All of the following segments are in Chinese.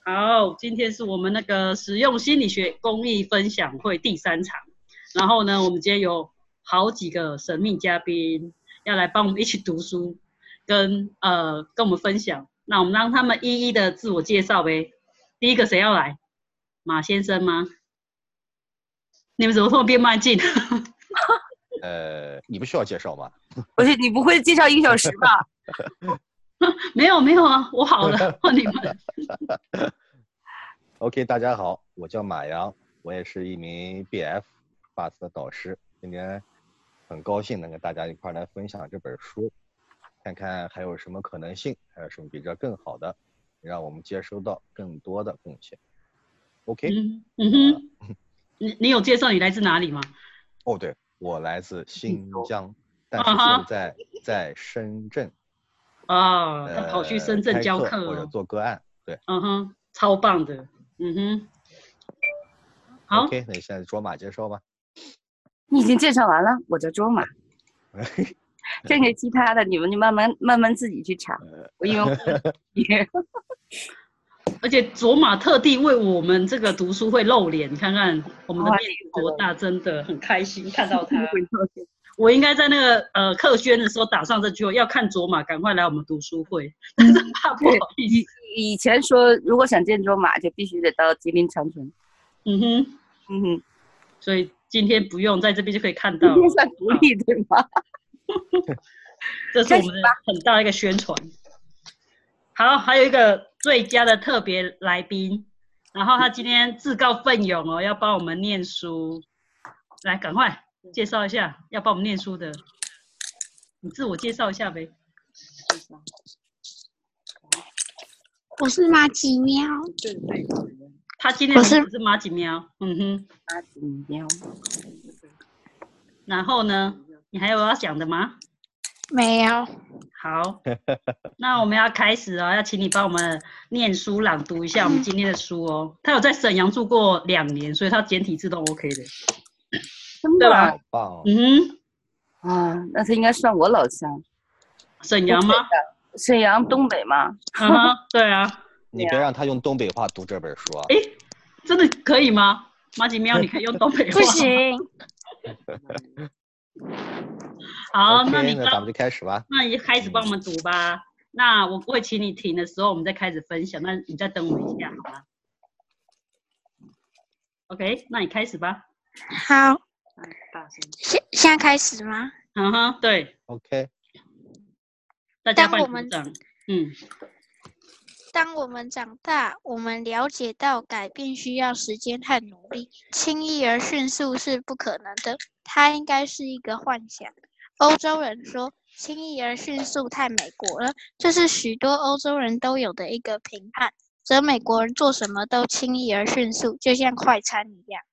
好，今天是我们那个实用心理学公益分享会第3场。然后呢，我们今天有好几个神秘嘉宾要来帮我们一起读书，跟我们分享。那我们让他们一一的自我介绍呗。第一个谁要来？马先生吗？你们怎么突然变慢进？ 你不需要介绍吗？ 不是，你不会介绍1小时吧？ 没有啊，我好了，换你们。 OK， 大家好，我叫马洋，我也是一名 BF 发丝的导师。今天很高兴能跟大家一块来分享这本书，看看还有什么可能性，还有什么比这更好的，让我们接收到更多的贡献。OK， 你有介绍你来自哪里吗？ 哦，对，我来自新疆，但是现在在深圳。 他跑去深圳教课或者做个案，对。 超棒的。好。 OK， 那你现在卓玛介绍吧。 你已经介绍完了，我叫卓玛。这个其他的你们就慢慢自己去查。我因为而且卓玛特地为我们这个读书会露脸，你看看我们的面多大，真的很开心看到他。我应该在那个课宣的时候打上这句话，要看卓玛赶快来我们读书会，但是怕不好意思。 以前说如果想见卓玛就必须得到吉林长春。 所以今天不用在这边就可以看到。 今天算独立对吗？ 这是我们的很大的一个宣传。好，还有一个最佳的特别来宾，然后他今天自告奋勇哦，要帮我们念书。来，赶快介绍一下要帮我们念书的，你自我介绍一下呗。 我是马吉喵。 对，他今天不是马吉喵。 马吉喵。 然后呢，你还有要讲的吗？ 没有。 好，那我们要开始哦，要请你帮我们念书朗读一下我们今天的书哦。他有在沈阳住过2年，所以他简体字都 OK 的，对吧？ 好棒哦。那他应该算我老乡。 沈阳吗？ 沈阳东北吗？ 对啊。 你别让他用东北话读这本书啊。 真的可以吗？马吉喵，你可以用东北话。 不行。 好， okay， 那咱们就开始吧。 那你开始帮我们读吧。那我会请你停的时候，我们再开始分享。那你再等我一下，好吗 ？OK， 那你开始吧。 好。现在开始吗？ 对。 OK。 大家帮鼓掌。 当我们长大，我们了解到改变需要时间和努力，轻易而迅速是不可能的。它应该是一个幻想。欧洲人说，轻易而迅速太美国了，这是许多欧洲人都有的一个评判，则美国人做什么都轻易而迅速，就像快餐一样。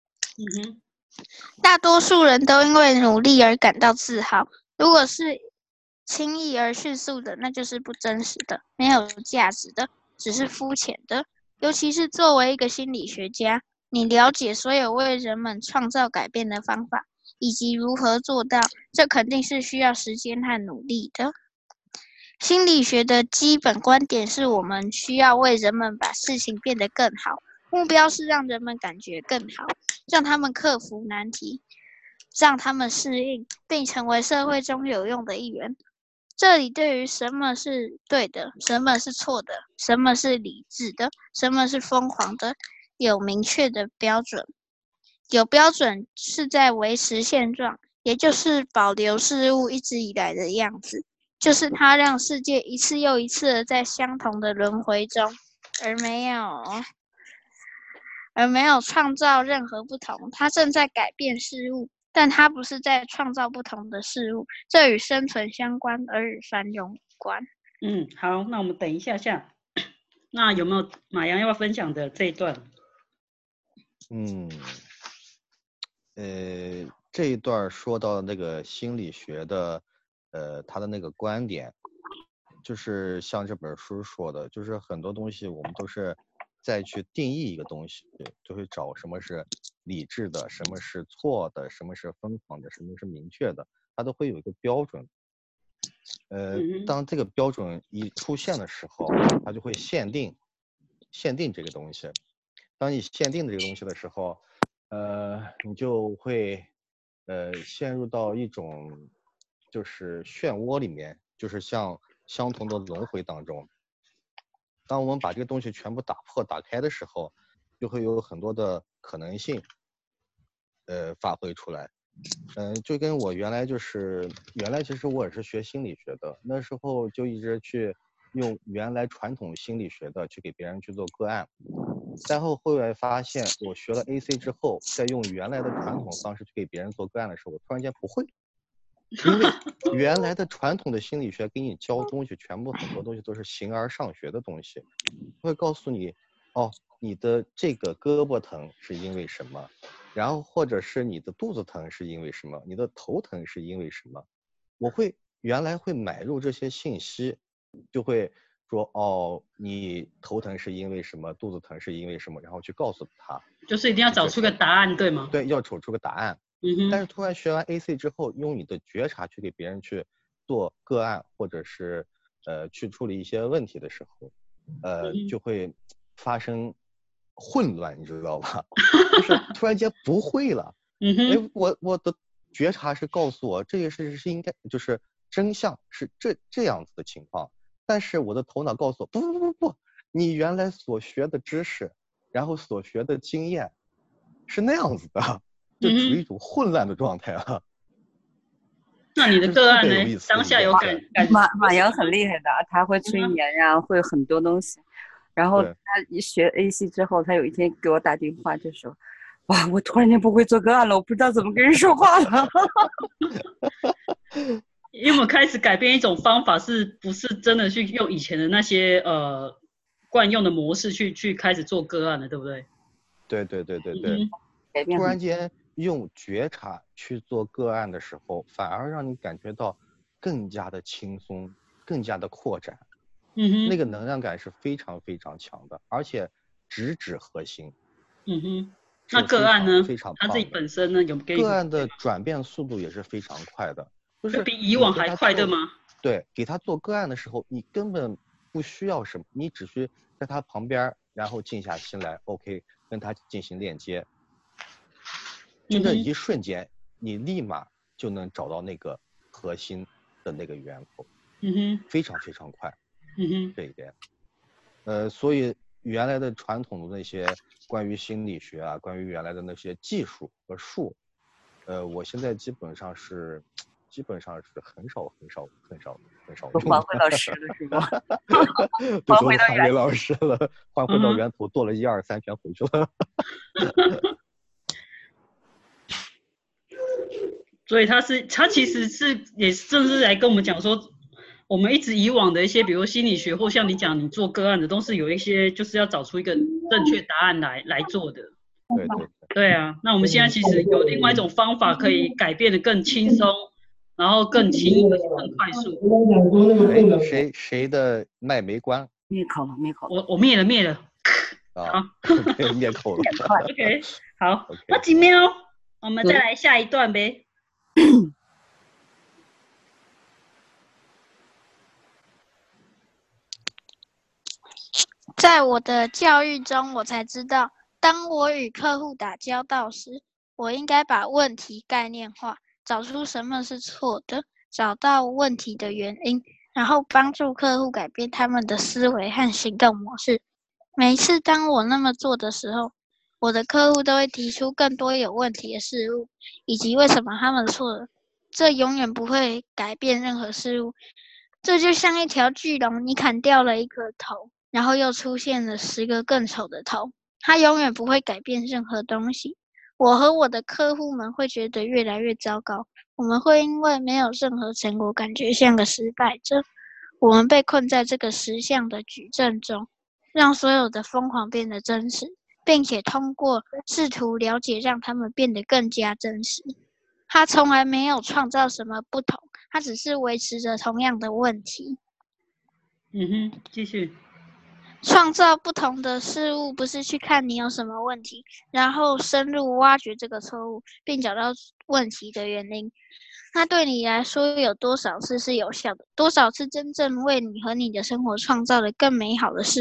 大多数人都因为努力而感到自豪。如果是轻易而迅速的，那就是不真实的，没有价值的，只是肤浅的。尤其是作为一个心理学家，你了解所有为人们创造改变的方法，以及如何做到，这肯定是需要时间和努力的。心理学的基本观点是我们需要为人们把事情变得更好，目标是让人们感觉更好，让他们克服难题，让他们适应，并成为社会中有用的一员。这里对于什么是对的，什么是错的，什么是理智的，什么是疯狂的，有明确的标准。有标准是在维持现状，也就是保留事物一直以来的样子，就是它让世界一次又一次的在相同的轮回中，而没有创造任何不同。它正在改变事物，但它不是在创造不同的事物，这与生存相关，而与繁荣无关。 好，那我们等一下。那有没有马洋要不要分享的这一段？ 这一段说到那个心理学的，他的那个观点，就是像这本书说的，就是很多东西我们都是再去定义一个东西，就会找什么是理智的，什么是错的，什么是疯狂的，什么是明确的，它都会有一个标准。当这个标准一出现的时候，它就会限定限定这个东西。当你限定这个东西的时候，你就会陷入到一种就是漩涡里面，就是像相同的轮回当中。当我们把这个东西全部打开的时候，就会有很多的可能性发挥出来。就跟我原来其实我也是学心理学的，那时候就一直去用原来传统心理学的去给别人去做个案，然后后来发现我学了 AC 之后，再用原来的传统方式去给别人做个案的时候，我突然间不会，因为原来的传统的心理学给你教东西，全部很多东西都是形而上学的东西，会告诉你，哦，你的这个胳膊疼是因为什么，然后或者是你的肚子疼是因为什么，你的头疼是因为什么，我原来会买入这些信息，就会说，哦，你头疼是因为什么，肚子疼是因为什么，然后去告诉他， 就是一定要找出个答案，对吗？ 对，要找出个答案。但是突然学完 AC 之后，用你的觉察去给别人去做个案，或者是去处理一些问题的时候，就会发生混乱，你知道吧？就是突然间不会了。我的觉察是告诉我这件事是应该，就是真相是这样子的情况，但是我的头脑告诉我不，你原来所学的知识，然后所学的经验是那样子的。就处于一种混乱的状态啊。 那你的个案呢？当下有感马洋很厉害的，他会催眠呀，会很多东西。然后他一学 AC 之后，他有一天给我打电话，就说：“哇，我突然间不会做个案了，我不知道怎么跟人说话了。” 因为我们开始改变一种方法，是不是真的去用以前的那些惯用的模式去开始做个案了，对不对？ 对。突然间用觉察去做个案的时候，反而让你感觉到更加的轻松，更加的扩展。那个能量感是非常非常强的，而且直指核心。 那个案呢？ 非常他自己本身呢有个案的转变速度也是非常快的，就是比以往还快，对吗？ 对，给他做个案的时候，你根本不需要什么，你只需在他旁边，然后静下心来 ，OK， 跟他进行链接。就那一瞬间，你立马就能找到那个核心的那个源头，非常非常快，这一点，所以原来的传统的那些关于心理学啊，关于原来的那些技术和术，我现在基本上是很少用。 还回到实了是吗？ 还回老师了，还回到源头，做了1、2、3全回去了。 所以他其实也正是来跟我们讲说，我们一直以往的一些，比如心理学或像你讲你做个案的，都是有一些就是要找出一个正确答案来做的。对啊，那我们现在其实有另外一种方法可以改变的更轻松，然后更轻易、更快速。 谁的麦没关？ 灭口了。 我灭了。 好，灭口了。 OK， 好，那几秒，我们再来下一段呗。 在我的教育中，我才知道，当我与客户打交道时，我应该把问题概念化，找出什么是错的，找到问题的原因，然后帮助客户改变他们的思维和行动模式。每次当我那么做的时候，我的客户都会提出更多有问题的事物，以及为什么他们错了。这永远不会改变任何事物。这就像一条巨龙，你砍掉了一颗头，然后又出现了10个更丑的头，它永远不会改变任何东西。我和我的客户们会觉得越来越糟糕，我们会因为没有任何成果，感觉像个失败者。我们被困在这个实相的矩阵中，让所有的疯狂变得真实，并且通过试图了解，让他们变得更加真实。他从来没有创造什么不同，他只是维持着同样的问题。 继续。 创造不同的事物，不是去看你有什么问题，然后深入挖掘这个错误，并找到问题的原因。那对你来说，有多少次是有效的？多少次真正为你和你的生活创造了更美好的事物？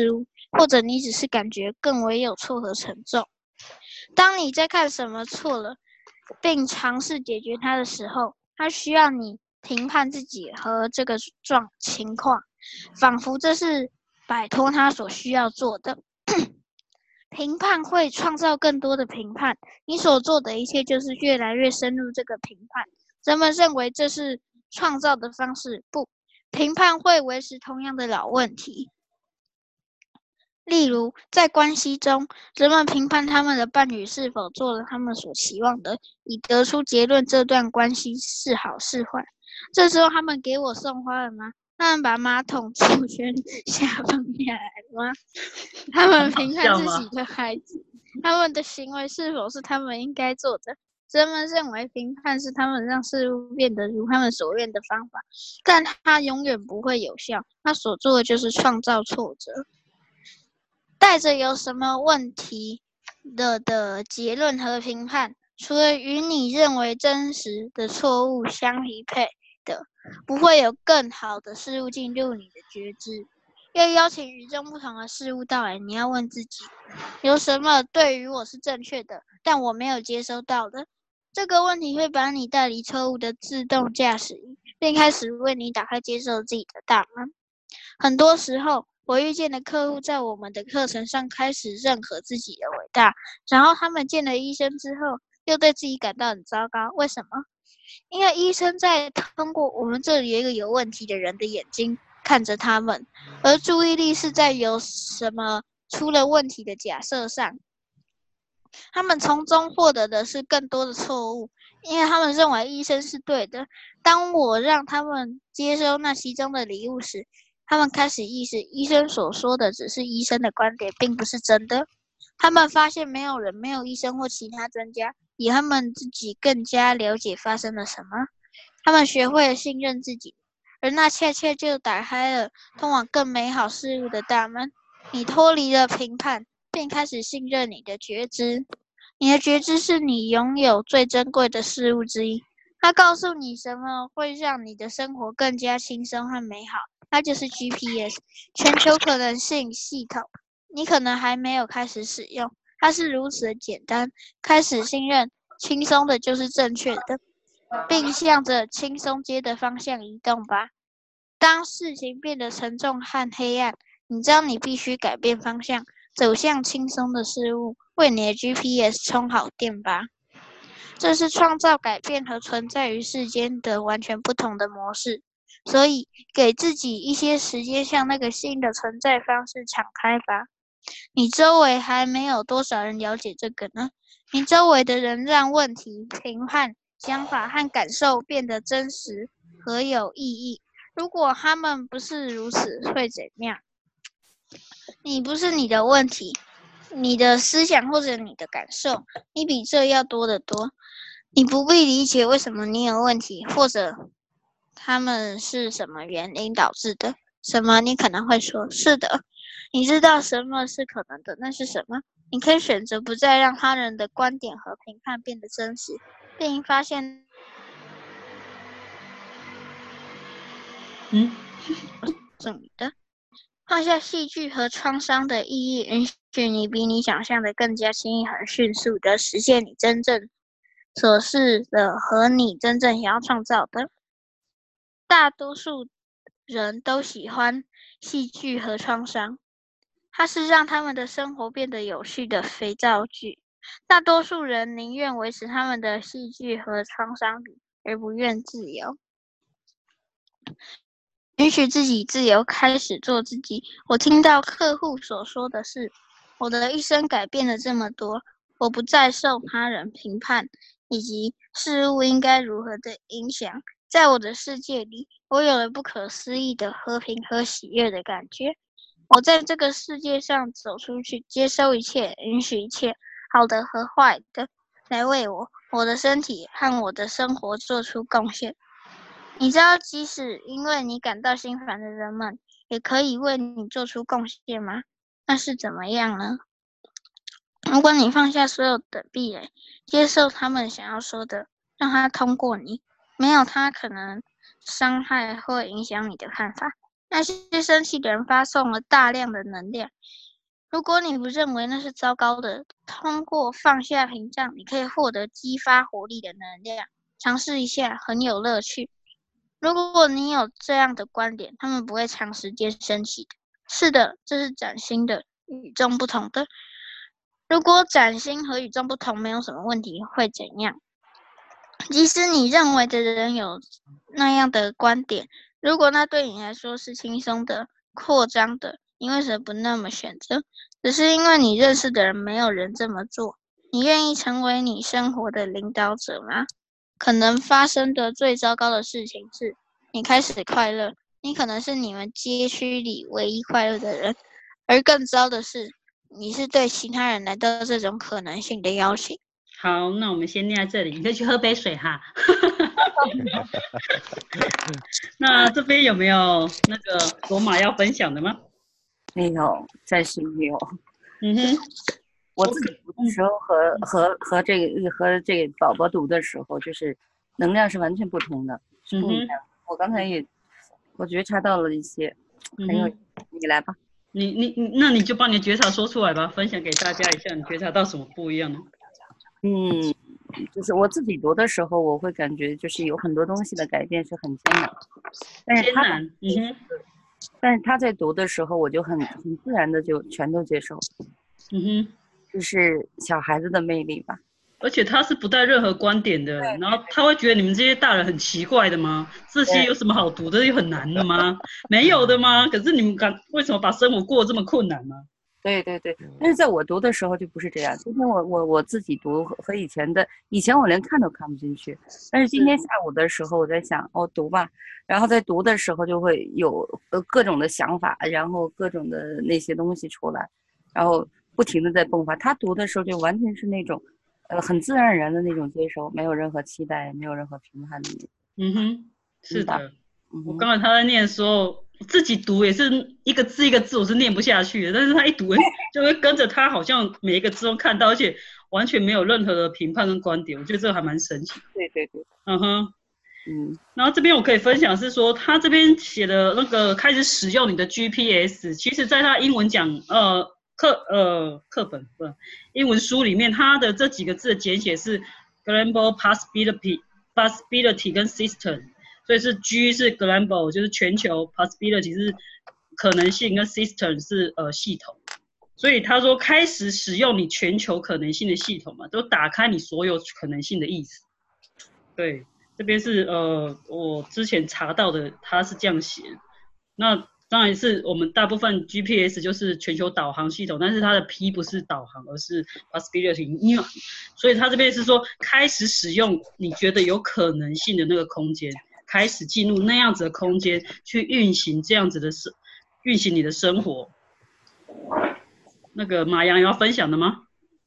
或者你只是感觉更为有错和沉重。当你在看什么错了，并尝试解决它的时候，它需要你评判自己和这个情况，仿佛这是摆脱它所需要做的。评判会创造更多的评判，你所做的一切就是越来越深入这个评判。人们认为这是创造的方式，不，评判会维持同样的老问题。例如，在关系中，人们评判他们的伴侣是否做了他们所期望的，以得出结论这段关系是好是坏。这时候，他们给我送花了吗？他们把马桶周圈下放下来了吗？他们评判自己的孩子，他们的行为是否是他们应该做的？人们认为评判是他们让事物变得如他们所愿的方法，但它永远不会有效。他所做的就是创造挫折。带着有什么问题的结论和评判，除了与你认为真实的错误相匹配的，不会有更好的事物进入你的觉知。要邀请与众不同的事物到来，你要问自己，有什么对于我是正确的，但我没有接收到的？这个问题会把你带离错误的自动驾驶仪，并开始为你打开接受自己的大门。很多时候，我遇见的客户在我们的课程上开始认可自己的伟大，然后他们见了医生之后，又对自己感到很糟糕。为什么？因为医生在通过我们这里一个有问题的人的眼睛看着他们，而注意力是在有什么出了问题的假设上。他们从中获得的是更多的错误，因为他们认为医生是对的。当我让他们接收那其中的礼物时，他们开始意识医生所说的只是医生的观点，并不是真的。他们发现没有人，没有医生或其他专家比他们自己更加了解发生了什么。他们学会了信任自己，而那恰恰就打开了通往更美好事物的大门。你脱离了评判，并开始信任你的觉知。你的觉知是你拥有最珍贵的事物之一，它告诉你什么会让你的生活更加轻松和美好。它就是 GPS 全球可能性系统，你可能还没有开始使用，它是如此的简单。开始信任，轻松的就是正确的，并向着轻松街的方向移动吧。当事情变得沉重和黑暗，你知道你必须改变方向，走向轻松的事物，为你的 GPS 充好电吧。这是创造改变和存在于世间的完全不同的模式。所以，给自己一些时间向那个新的存在方式敞开吧。你周围还没有多少人了解这个呢？你周围的人让问题、评判、想法和感受变得真实和有意义。如果他们不是如此，会怎样？你不是你的问题，你的思想或者你的感受，你比这要多得多。你不必理解为什么你有问题，或者他们是什么原因导致的。什么？你可能会说，是的，你知道什么是可能的，那是什么？你可以选择不再让他人的观点和评判变得真实，并发现，是你的。放下戏剧和创伤的意义，允许你比你想象的更加轻易和迅速地实现你真正所示的和你真正想要创造的。大多数人都喜欢戏剧和创伤，它是让他们的生活变得有趣的肥皂剧。大多数人宁愿维持他们的戏剧和创伤里，而不愿自由。允许自己自由，开始做自己。我听到客户所说的是，我的一生改变了这么多，我不再受他人评判以及事物应该如何的影响。在我的世界里，我有了不可思议的和平和喜悦的感觉。我在这个世界上走出去，接收一切，允许一切，好的和坏的，来为我的身体和我的生活做出贡献。你知道，即使因为你感到心烦的人们，也可以为你做出贡献吗？那是怎么样呢？如果你放下所有的壁垒，接受他们想要说的，让他通过你，没有他可能伤害或影响你的看法。那些生气的人发送了大量的能量， 如果你不认为那是糟糕的，通过放下屏障，你可以获得激发活力的能量，尝试一下，很有乐趣。如果你有这样的观点，他们不会长时间升起的。是的，这是崭新的、与众不同的。如果崭新和与众不同没有什么问题，会怎样？即使你认为的人有那样的观点，如果那对你来说是轻松的、扩张的，你为什么不那么选择？只是因为你认识的人没有人这么做。你愿意成为你生活的领导者吗？可能发生的最糟糕的事情是，你开始快乐，你可能是你们街区里唯一快乐的人，而更糟的是，你是对其他人来到这种可能性的邀请。 好，那我们先念在这里，你可以去喝杯水哈。那这边有没有那个罗马要分享的吗？ 没有，暂时没有。 嗯哼， 我自己读的时候和这个宝宝读的时候，就是能量是完全不同的，是不一样。我刚才我觉察到了一些，很有，你来吧。 那你就把你的觉察说出来吧，分享给大家一下，你觉察到什么不一样呢？ 就是我自己读的时候，我会感觉就是有很多东西的改变是很艰难，但是他在读的时候，我就很自然的就全都接受。就是小孩子的魅力吧。 而且他是不带任何观点的，然后他会觉得你们这些大人很奇怪的吗？这些有什么好读的？有很难的吗？没有的吗？可是你们为什么把生活过得这么困难呢？ 对，但是在我读的时候就不是这样。今天我自己读和以前我连看都看不进去，但是今天下午的时候我在想，读吧，然后在读的时候就会有各种的想法，然后各种的那些东西出来，然后不停的在迸发。他读的时候就完全是那种很自然而然的那种接受，没有任何期待，没有任何评判的那种。 是的。我刚才他在念的时候，自己读也是一个字一个字，我是念不下去的。但是他一读，就会跟着他，好像每一个字都看到，而且完全没有任何的评判跟观点。我觉得这个还蛮神奇。 对。 然后这边我可以分享是说，他这边写的那个开始使用你的 GPS， 其实在他英文讲课本英文书里面，他的这几个字的简写是 global possibility 跟 system。所以是 G 是 global 就是全球 possibility 是可能性跟 system 是系统，所以他说开始使用你全球可能性的系统嘛，都打开你所有可能性的意思。对，这边是我之前查到的，他是这样写。那当然是我们大部分 GPS 就是全球导航系统，但是它的 P 不是导航，而是 possibility， 所以他这边是说开始使用你觉得有可能性的那个空间。开始进入那样子的空间去运行这样子的运行你的生活。那个马洋有要分享的吗？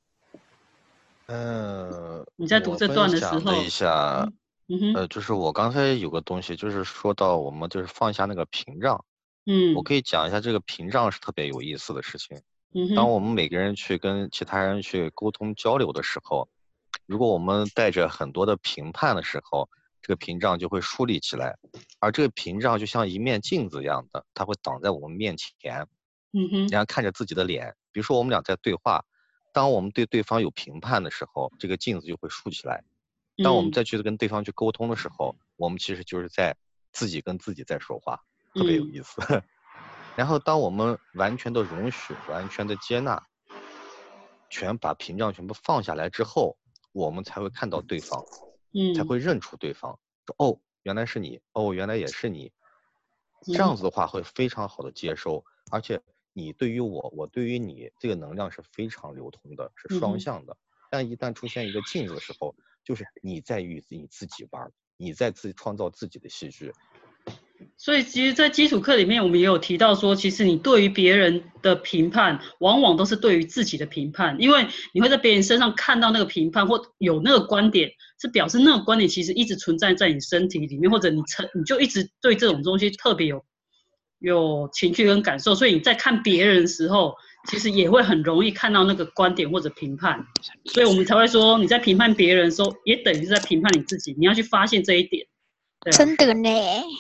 你在读这段的时候， 我分享了一下，就是我刚才有个东西，就是说到我们就是放下那个屏障，我可以讲一下这个屏障是特别有意思的事情。当我们每个人去跟其他人去沟通交流的时候，如果我们带着很多的评判的时候，这个屏障就会树立起来，而这个屏障就像一面镜子一样的，它会挡在我们面前。然后看着自己的脸，比如说我们俩在对话，当我们对对方有评判的时候，这个镜子就会竖起来。当我们再去跟对方去沟通的时候，我们其实就是在自己跟自己在说话，特别有意思。然后当我们完全的容许，完全的接纳，全把屏障全部放下来之后，我们才会看到对方。才会认出对方，说原来是你，原来也是你，这样子的话会非常好的接收，而且你对于我，我对于你，这个能量是非常流通的，是双向的。但一旦出现一个镜子的时候，就是你在与你自己玩，你在创造自己的戏剧。 所以其实在基础课里面我们也有提到说，其实你对于别人的评判往往都是对于自己的评判，因为你会在别人身上看到那个评判或有那个观点，是表示那个观点其实一直存在在你身体里面，或者你就一直对这种东西特别有情绪跟感受，所以你在看别人的时候其实也会很容易看到那个观点或者评判，所以我们才会说你在评判别人的时候也等于是在评判你自己，你要去发现这一点。对啊， 真的呢。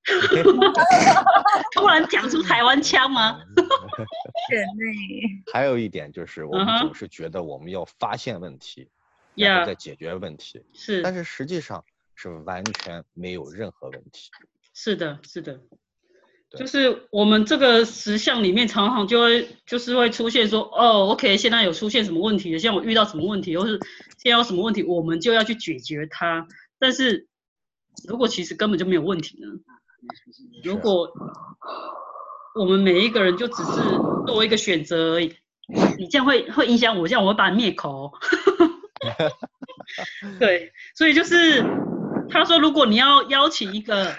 突然讲出台湾腔吗？ 人类。 还有一点就是我们总是觉得我们要发现问题，然后再解决问题， 是， 但是实际上是完全没有任何问题。 是的，是的。就是我们这个实相里面常常就是会出现说，哦 ，OK， 现在有出现什么问题了，现在我遇到什么问题，或是现在有什么问题，我们就要去解决它。但是如果其实根本就没有问题呢？如果我们每一个人就只是做一个选择而已，你这样会影响我，这样我会把你灭口。对，所以就是他说，如果你要邀请一个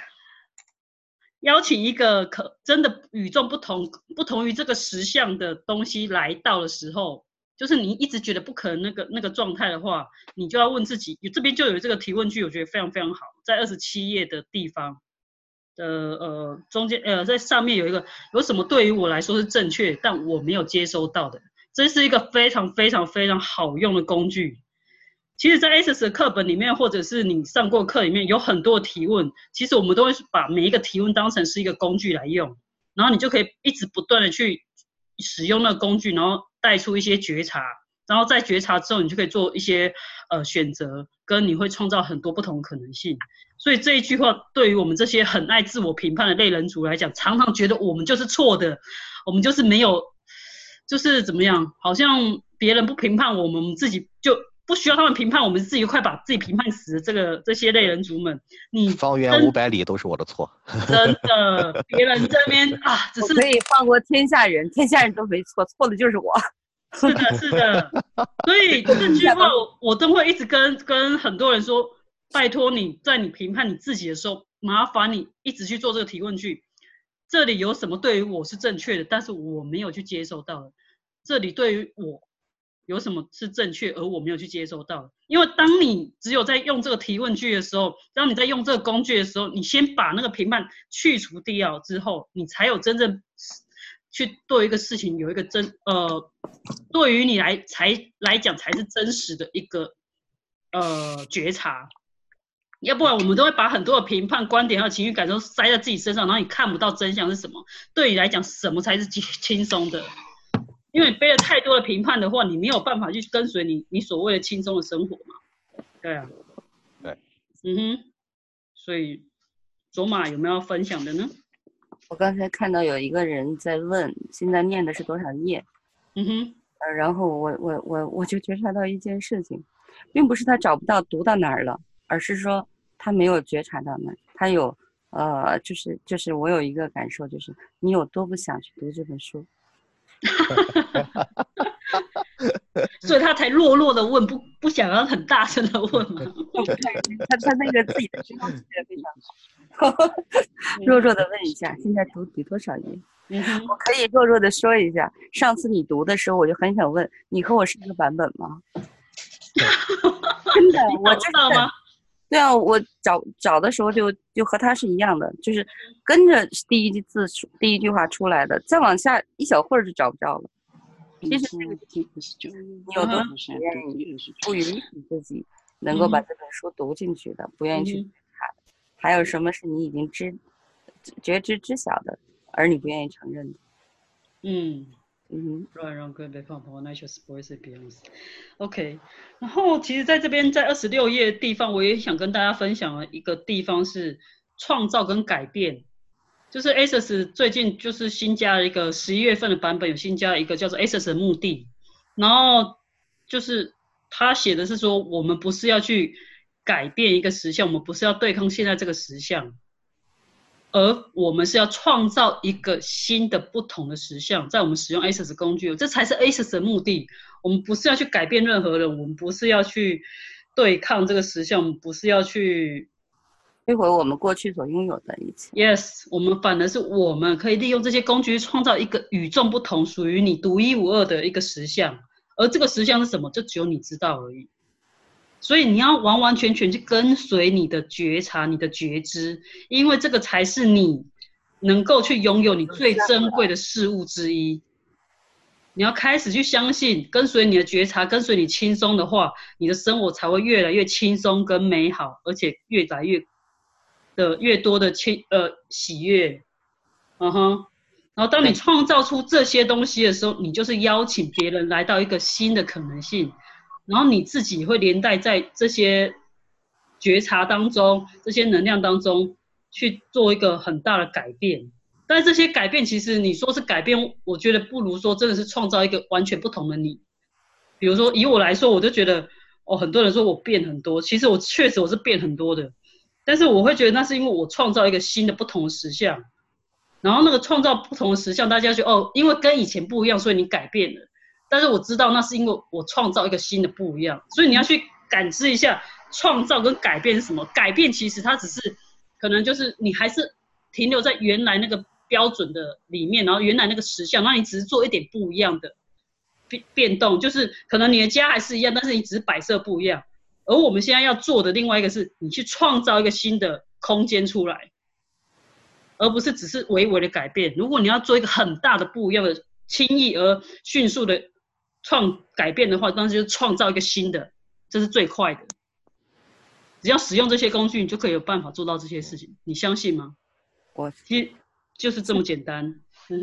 真的与众不同于这个实相的东西来到的时候，就是你一直觉得不可能那个状态的话，你就要问自己，这边就有这个提问句，我觉得非常非常好，在27页的地方中间在上面有一个，有什么对于我来说是正确但我没有接收到的，这是一个非常非常非常好用的工具。其实在 Access 的课本里面，或者是你上过课里面有很多提问，其实我们都会把每一个提问当成是一个工具来用，然后你就可以一直不断的去使用那个工具，然后带出一些觉察，然后在觉察之后你就可以做一些选择，跟你会创造很多不同的可能性。所以这一句话对于我们这些很爱自我评判的类人族来讲，常常觉得我们就是错的，我们就是没有，就是怎么样，好像别人不评判我们，我们自己就不需要他们评判，我们自己快把自己评判死的这些类人族们，你方圆500里都是我的错。 真的，别人这边只是可以放过天下人，天下人都没错，错的就是我。 是的，是的。所以这句话我都会一直跟很多人说，拜托你在你评判你自己的时候，麻烦你一直去做这个提问句。这里有什么对于我是正确的，但是我没有去接受到的？这里对于我有什么是正确，而我没有去接收到？因为当你只有在用这个提问句的时候，当你在用这个工具的时候，你先把那个评判去除掉之后，你才有真正去对一个事情有一个对于你来讲才是真实的一个觉察。要不然我们都会把很多的评判、观点和情绪感受塞在自己身上，然后你看不到真相是什么。对你来讲，什么才是轻松的？因为你背了太多的评判的话，你没有办法去跟随你所谓的轻松的生活嘛。对啊。对。所以卓玛有没有要分享的呢？ 我刚才看到有一个人在问，现在念的是多少页？然后我就觉察到一件事情，并不是他找不到读到哪儿了，而是说他没有觉察到哪儿。他有就是我有一个感受，就是你有多不想去读这本书。 所以他才弱弱的问，不想要很大声的问嘛。 他那个自己的身高记得非常好。弱弱的问一下，现在读第多少页？我可以弱弱的说一下，上次你读的时候，我就很想问，你和我是一个版本吗？真的，我知道吗？对啊，我找的时候就和他是一样的，就是跟着第一句话出来的，再往下一小会儿就找不着了。其实这个你有多少愿意不允许自己能够把这本书读进去的，不愿意去看，还有什么是你已经觉知知晓的，而你不愿意承认的？ 让各位被放跑，那些 spoils beyond。OK， 然后其实在这边在26页的地方，我也想跟大家分享的一个地方是创造跟改变。就是 Access 最近就是新加了一个11月份的版本，有新加了一个叫做 Access 的目的，然后就是他写的是说，我们不是要去改变一个实相，我们不是要对抗现在这个实相，而我们是要创造一个新的不同的实相，在我们使用 Access 工具，这才是 Access 的目的。我们不是要去改变任何人，我们不是要去对抗这个实相，我们不是要去摧毁我们过去所拥有的一切。 Yes， 我们反而是我们可以利用这些工具创造一个与众不同、属于你独一无二的一个实相，而这个实相是什么，就只有你知道而已。所以你要完完全全去跟随你的觉察、你的觉知，因为这个才是你能够去拥有你最珍贵的事物之一。你要开始去相信，跟随你的觉察，跟随你轻松的话，你的生活才会越来越轻松跟美好，而且越来越的越多的喜悦，然后当你创造出这些东西的时候，你就是邀请别人来到一个新的可能性，然后你自己会连带在这些觉察当中，这些能量当中去做一个很大的改变。但是这些改变其实你说是改变，我觉得不如说真的是创造一个完全不同的你。比如说以我来说，我就觉得很多人说我变很多，其实我确实我是变很多的，但是我会觉得那是因为我创造一个新的不同的实相，然后那个创造不同的实相，大家就因为跟以前不一样，所以你改变了。但是我知道那是因为我创造一个新的不一样，所以你要去感知一下创造跟改变是什么。改变其实它只是可能就是你还是停留在原来那个标准的里面，然后原来那个实相，那你只是做一点不一样的变动，就是可能你的家还是一样，但是你只是摆设不一样。而我们现在要做的另外一个是，你去创造一个新的空间出来，而不是只是微微的改变。如果你要做一个很大的不一样的、轻易而迅速的改变的话，当然就是创造一个新的，这是最快的。只要使用这些工具，你就可以有办法做到这些事情。你相信吗？其实就是这么简单。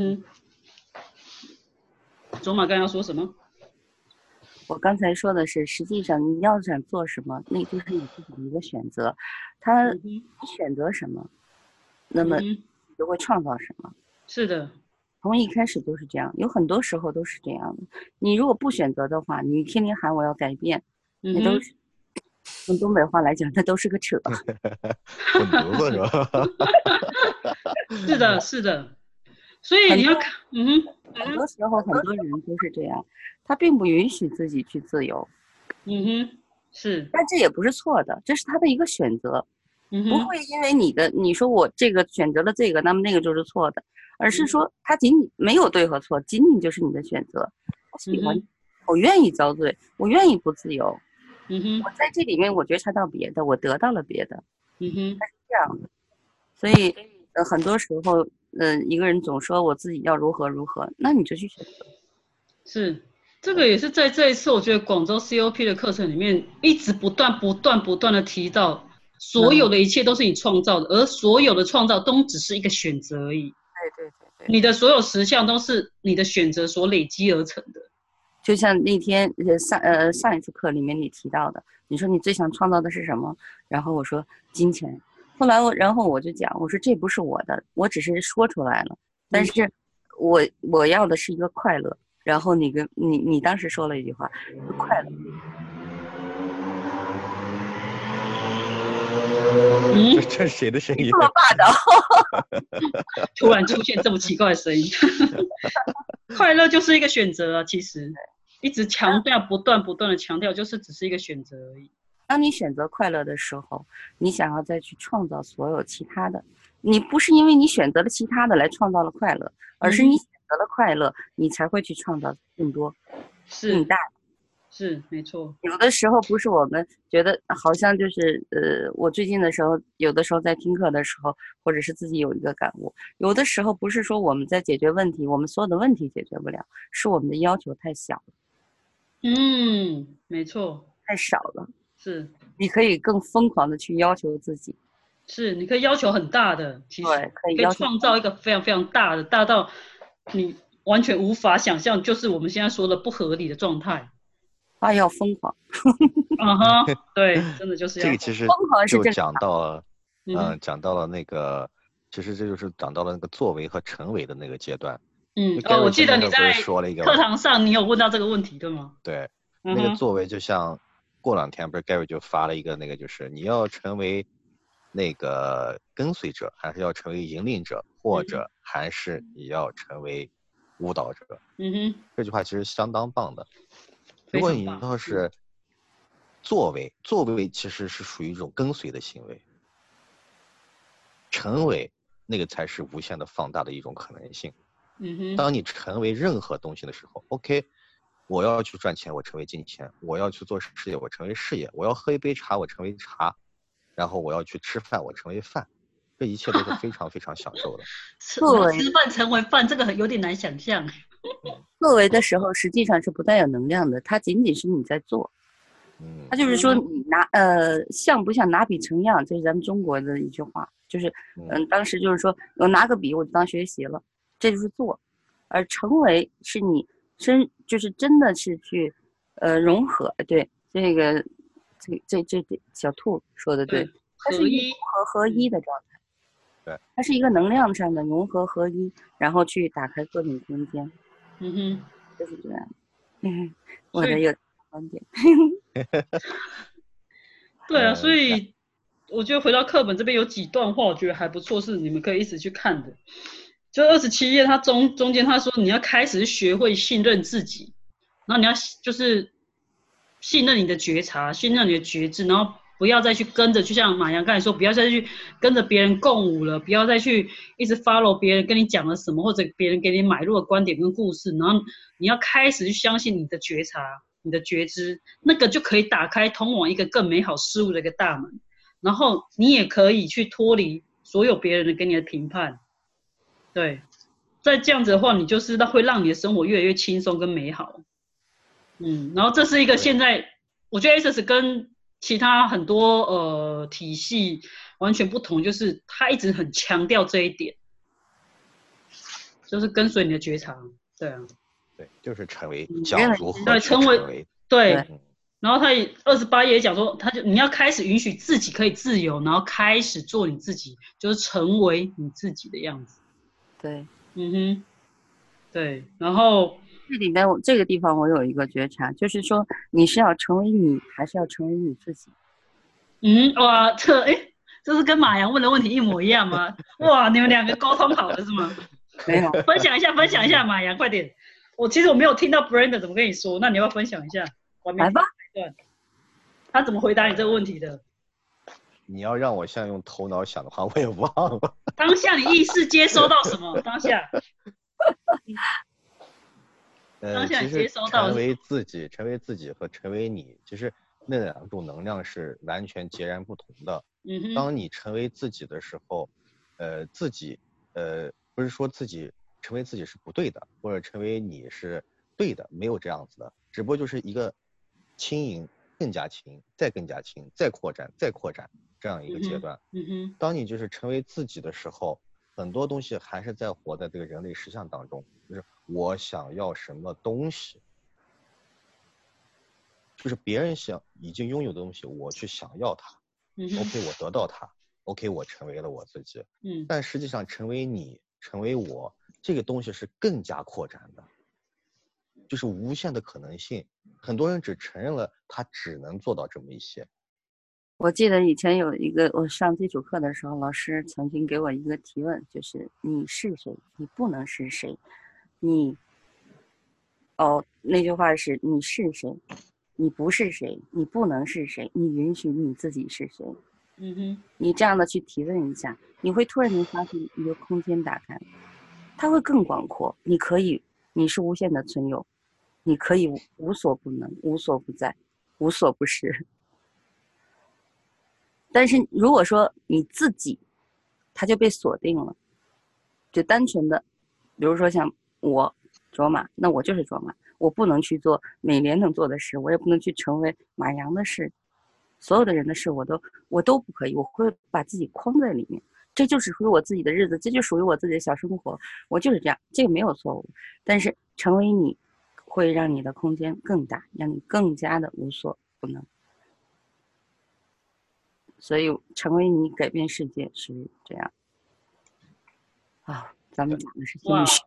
卓玛刚要说什么？ 我刚才说的是，实际上你要想做什么，那就是你自己的一个选择。你选择什么，那么你就会创造什么。 是的， 从一开始就是这样，有很多时候都是这样的。你如果不选择的话，你天天喊我要改变，那都是用东北话来讲，那都是个扯。 混犊子是吧？ 是的，是的。所以你要看， 很多时候很多人都是这样，他并不允许自己去自由。 是。 但这也不是错的，这是他的一个选择。不会因为你说我这个选择了这个，那么那个就是错的，而是说他仅仅没有对和错，仅仅就是你的选择。我喜欢，我愿意遭罪，我愿意不自由。我在这里面我觉察到别的，我得到了别的。它是这样的。所以很多时候一个人总说我自己要如何如何，那你就去选择。 是，这个也是在这一次我觉得广州 COP 的课程里面一直不断的提到，所有的一切都是你创造的，而所有的创造都只是一个选择而已。对，你的所有实相都是你的选择所累积而成的。 就像那天上一次课里面你提到的，你说你最想创造的是什么？然后我说金钱。后来然后我就讲，我说这不是我的，我只是说出来了，但是我要的是一个快乐。然后你当时说了一句话，快乐。 这是谁的声音？ 这么霸道！ 突然出现这么奇怪的声音。快乐就是一个选择啊，其实一直强调，不断的强调，就是只是一个选择而已。 当你选择快乐的时候，你想要再去创造所有其他的，你不是因为你选择了其他的来创造了快乐，而是你选择了快乐，你才会去创造更多、更大。 是没错。 有的时候不是我们觉得好像就是我最近的时候，有的时候在听课的时候，或者是自己有一个感悟，有的时候不是说我们在解决问题，我们所有的问题解决不了，是我们的要求太小了。 没错， 太少了。 是， 你可以更疯狂的去要求自己。 是，你可以要求很大的，其实对，可以创造一个非常非常大的，大到你完全无法想象，就是我们现在说的不合理的状态。 要疯狂。 对，真的就是要这个其实就讲到了，讲到了那个，其实这就是讲到了那个作为和成为的那个阶段。 我记得你在课堂上你有问到这个问题，对吗？ 对，那个作为就像过两天不是 Gary 就发了一个那个，就是你要成为那个跟随者，还是要成为引领者，或者还是你要成为舞蹈者。这句话其实相当棒的。如果你要是作为其实是属于一种跟随的行为，成为那个才是无限的放大的一种可能性。当你成为任何东西的时候 ，OK， 我要去赚钱，我成为金钱；我要去做事业，我成为事业；我要喝一杯茶，我成为茶；然后我要去吃饭，我成为饭。这一切都是非常非常享受的。 吃饭成为饭，这个有点难想象。 作为的时候实际上是不带有能量的，它仅仅是你在做。 他就是说你像不像拿笔成样，这是咱们中国的一句话，就是当时就是说我拿个笔我就当学习了，这就是做，而成为是你就是真的是去融合，对这个这小兔说的对，它是一个合一的状态， 对， 它是一个能量上的融合合一，然后去打开各种空间，就是这样，我的有观点。 对啊，所以我觉得回到课本这边有几段话，我觉得还不错，是你们可以一直去看的。就27页，它中间他说你要开始学会信任自己，然后你要就是信任你的觉察，信任你的觉知，然后不要再去跟着，就像马洋刚才说，不要再去跟着别人共舞了，不要再去一直 follow 别人跟你讲了什么，或者别人给你买入的观点跟故事，然后你要开始去相信你的觉察。你的觉知，那个就可以打开通往一个更美好事物的一个大门，然后你也可以去脱离所有别人的给你的评判，对，在这样子的话，你就是会让你的生活越来越轻松跟美好，然后这是一个现在我觉得 Access 跟其他很多体系完全不同，就是他一直很强调这一点，就是跟随你的觉察，对啊。 对，就是成为讲如何对， 成为对，然后他也28页也讲说，你要开始允许自己可以自由，然后开始做你自己，就是成为你自己的样子。 对， 对，然后这里面这个地方我有一个觉察，就是说你是要成为你，还是要成为你自己？ 哇，这是跟马洋问的问题一模一样吗？哇，你们两个沟通好了是吗？ 没有， 分享一下，马洋快点。其实我没有听到 Brenda 怎么跟你说，那你要不要分享一下？ 来吧， 他怎么回答你这个问题的？ 你要让我现在用头脑想的话，我也忘了。 当下你意识接收到什么？当下其实成为自己和成为你，其实那两种能量是完全截然不同的。当你成为自己的时候，自己不是说自己成为自己是不对的，或者成为你是对的，没有这样子的，只不过就是一个轻盈，更加轻，再更加轻，再扩展，再扩展这样一个阶段。当你就是成为自己的时候，很多东西还是在活在这个人类实相当中，就是我想要什么东西，就是别人已经拥有的东西，我去想要它。OK， 我得到它。OK， 我成为了我自己。但实际上成为你，成为我，这个东西是更加扩展的，就是无限的可能性。很多人只承认了他只能做到这么一些。 我记得以前有一个我上基础课的时候，老师曾经给我一个提问，就是你是谁？你不能是谁？那句话是你是谁？你不是谁？你不能是谁？你允许你自己是谁？你这样的去提问一下，你会突然间发现一个空间打开，它会更广阔。你是无限的存有，你可以无所不能，无所不在，无所不是。但是如果说你自己，它就被锁定了，就单纯的，比如说像我卓玛，那我就是卓玛，我不能去做美莲能做的事，我也不能去成为马洋的事，所有的人的事我都不可以，我会把自己框在里面，这就是属于我自己的日子，这就属于我自己的小生活，我就是这样，这个没有错误。但是成为你，会让你的空间更大，让你更加的无所不能。所以成为你，改变世界是这样。咱们讲的是心理学，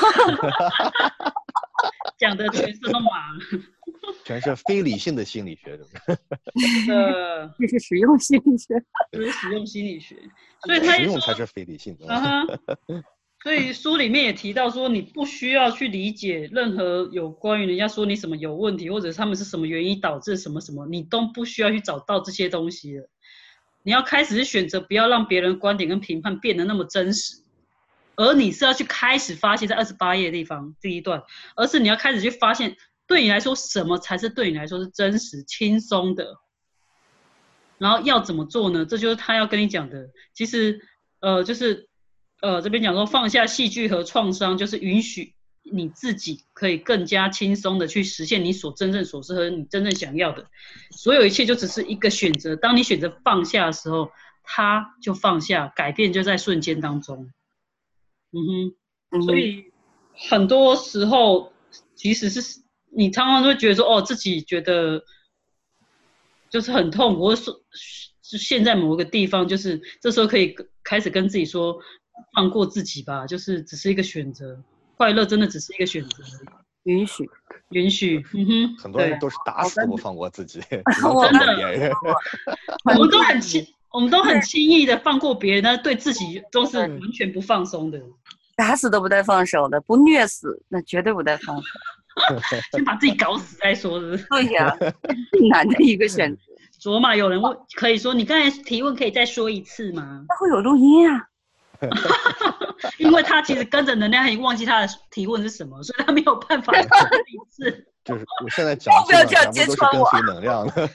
讲的全是都忙， 全是非理性的心理学，对不对？ 这是实用心理学， 这是实用心理学，所以他实用才是非理性的。 所以书里面也提到说，你不需要去理解任何有关于人家说你什么有问题，或者他们是什么原因导致什么什么，你都不需要去找到这些东西了。你要开始选择不要让别人观点跟评判变得那么真实，而你是要去开始发现在28页的地方第一段，而是你要开始去发现对你来说什么才是对你来说是真实轻松的，然后要怎么做呢？这就是他要跟你讲的。其实就是这边讲说放下戏剧和创伤，就是允许你自己可以更加轻松的去实现你真正所适合、你真正想要的。所有一切就只是一个选择，当你选择放下的时候，它就放下，改变就在瞬间当中。所以很多时候其实是你常常会觉得说，自己觉得就是很痛苦，或者说现在某个地方，就是这时候可以开始跟自己说，放过自己吧，就是只是一个选择，快乐真的只是一个选择而已，允许。 很多人都是打死都不放过自己，只能我放过别人。 我们都很轻易的放过别人，但对自己都是完全不放松的， 打死都不带放手的，不虐死那绝对不带放手。 先把自己搞死再说，是不是？ 对呀，最难的一个选择。 卓玛有人问，可以说你刚才提问可以再说一次吗？ 他会有录音啊。 因为他其实跟着能量，已经忘记他的提问是什么，所以他没有办法说一次。 就是我现在讲， 不要这样揭穿我。 都是跟随能量的。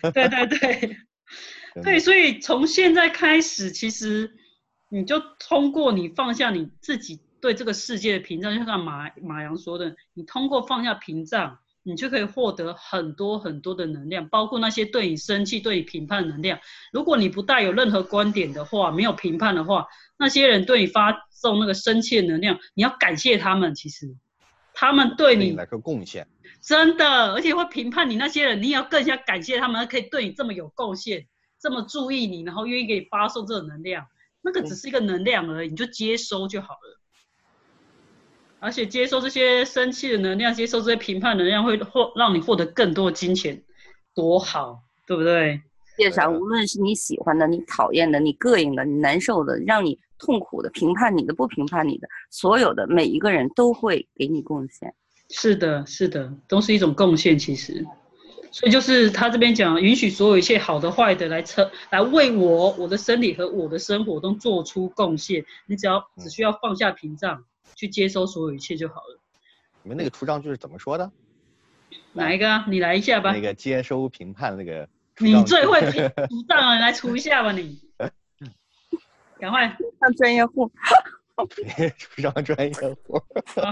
对，所以从现在开始，其实你就通过你放下你自己对这个世界的屏障，就像马洋说的，你通过放下屏障，你就可以获得很多很多的能量，包括那些对你生气、对你评判的能量。如果你不带有任何观点的话，没有评判的话，那些人对你发送那个生气的能量，你要感谢他们。其实他们对你来个贡献， 真的，而且会评判你那些人，你也要更加感谢他们，可以对你这么有贡献，这么注意你，然后愿意给你发送这种能量。那个只是一个能量而已，你就接收就好了。而且接收这些生气的能量，接收这些评判能量，会让你获得更多的金钱，多好，对不对？ 世界上无论是你喜欢的、你讨厌的、你膈应的、你难受的、让你痛苦的、评判你的、不评判你的，所有的每一个人都会给你贡献。 是的，是的，都是一种贡献。其实，所以就是他这边讲，允许所有一切好的、坏的来为我的身体和我的生活都做出贡献。你只需要放下屏障，去接收所有一切就好了。 你们那个出账句是怎么说的？ 哪一个啊？你来一下吧。 那个接收评判那个。 你最会出账了，你来出一下吧你。赶快。 当专业户。 出账专业户。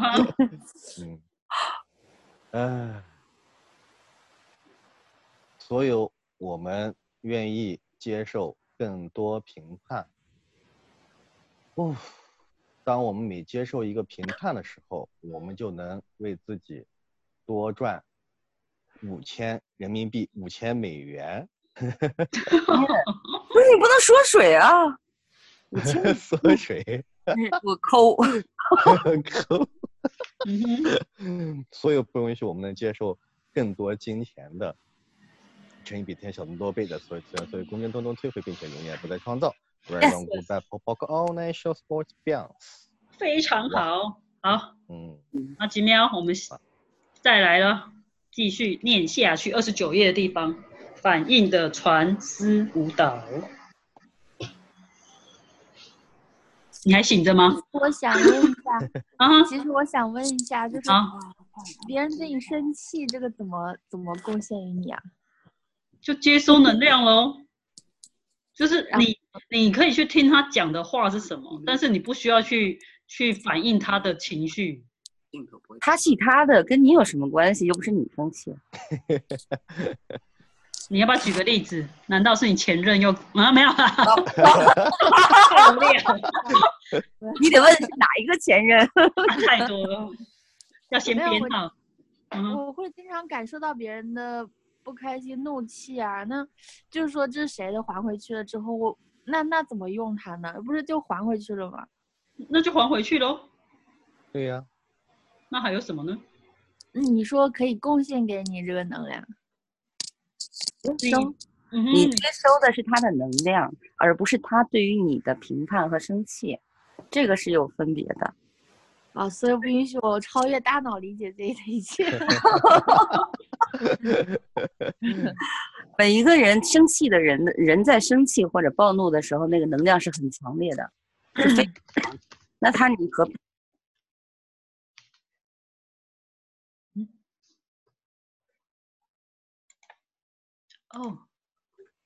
所有我们愿意接受更多评判。当我们每接受一个评判的时候，我们就能为自己多赚5000人民币，5000美元。 不是你不能说水啊缩水。 我抠。 抠。所有不允许我们能接受更多金钱的，乘以比天小那么多倍的，所以公斤通通退回，并且永远不再创造。 非常好，好。那几秒我们再来了，继续念下去，29页的地方，反应的传思舞蹈。你还醒着吗？ 我想问一下，其实我想问一下，就是别人对你生气，这个怎么贡献于你啊？ 就接收能量咯。就是你可以去听他讲的话是什么，但是你不需要去反映他的情绪。 他气他的，跟你有什么关系？又不是你生气。 你要不要举个例子？难道是你前任又没有啦？ 你得问是哪一个前任？ 太多了，要先编号。 我会经常感受到别人的不开心、怒气啊，那就是说这是谁的还回去了之后，那怎么用它呢？不是就还回去了吗？ 那就还回去咯。 对呀。 那还有什么呢？ 你说可以贡献给你这个能量。 接收，你接收的是他的能量，而不是他对于你的评判和生气，这个是有分别的。 所以不允许我超越大脑理解这一切。 每一个人生气的人在生气或者暴怒的时候，那个能量是很强烈的，是非常强。那你和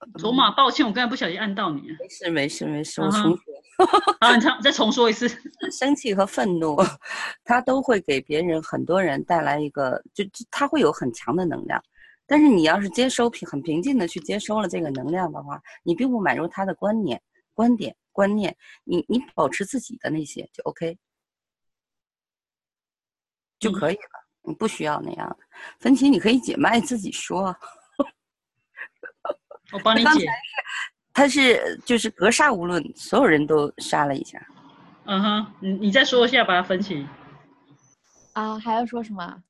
卓玛，抱歉，我刚才不小心按到你。 没事，我重说。 好，你再重说一次。 生气和愤怒，它都会给别人很多人带来一个，就它会有很强的能量。但是你要是很平静的去接收了这个能量的话，你并不买入他的观念、你保持自己的那些就 OK 就可以了，你不需要那样的。芬奇，你可以解麦自己说。 我帮你解。 他是就是格杀无论，所有人都杀了一下。 嗯哼，你再说一下吧，芬奇。 啊，还要说什么？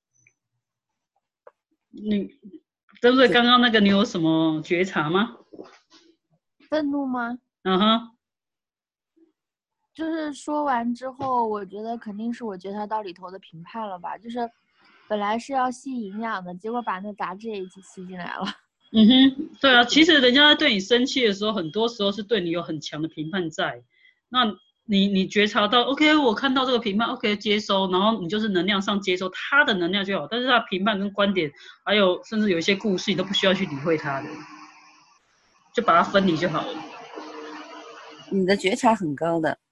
你针对刚刚那个，你有什么觉察吗？ 愤怒吗？ 嗯哼。 就是说完之后，我觉得肯定是我觉察到里头的评判了吧，就是本来是要吸营养的，结果把那杂质也一起吸进来了。 嗯哼，对啊，其实人家在对你生气的时候，很多时候是对你有很强的评判在。那你觉察到 ，OK， 我看到这个评判 ，OK， 接收，然后你就是能量上接收他的能量就好，但是他的评判跟观点，还有甚至有一些故事，你都不需要去理会他的，就把它分离就好了。 你的觉察很高的。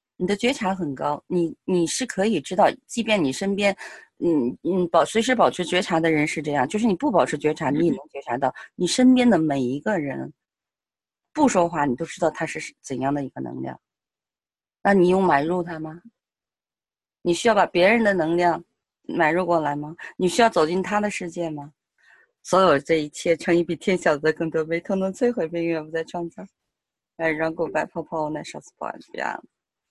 你是可以知道，即便你身边，随时保持觉察的人是这样，就是你不保持觉察，你也能觉察到你身边的每一个人，不说话你都知道他是怎样的一个能量。那你用买入他吗？你需要把别人的能量买入过来吗？你需要走进他的世界吗？所有这一切乘以比天晓得更多倍，统统摧毁并永不再创造。让狗白泡泡那少死不安这样。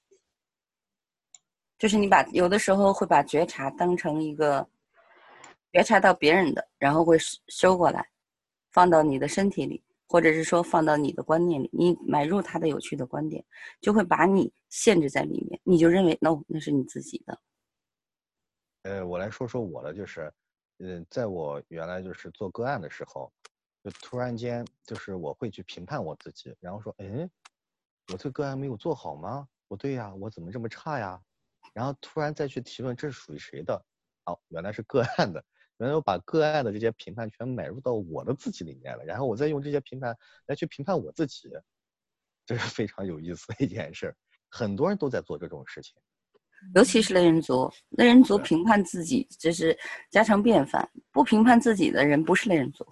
就是你有的时候会把觉察当成一个觉察到别人的，然后会收过来，放到你的身体里，或者是说放到你的观念里，你买入他的有趣的观点，就会把你限制在里面，你就认为 no， 那是你自己的。 我来说说我的，就是在我原来就是做个案的时候，就突然间就是我会去评判我自己，然后说，我这个个案没有做好吗？不对呀，我怎么这么差呀？然后突然再去提问，这是属于谁的？哦，原来是个案的，原来我把个案的这些评判全买入到我的自己里面了，然后我再用这些评判来去评判我自己，这是非常有意思的一件事。很多人都在做这种事情， 尤其是类人族评判自己这是家常便饭，不评判自己的人不是类人族。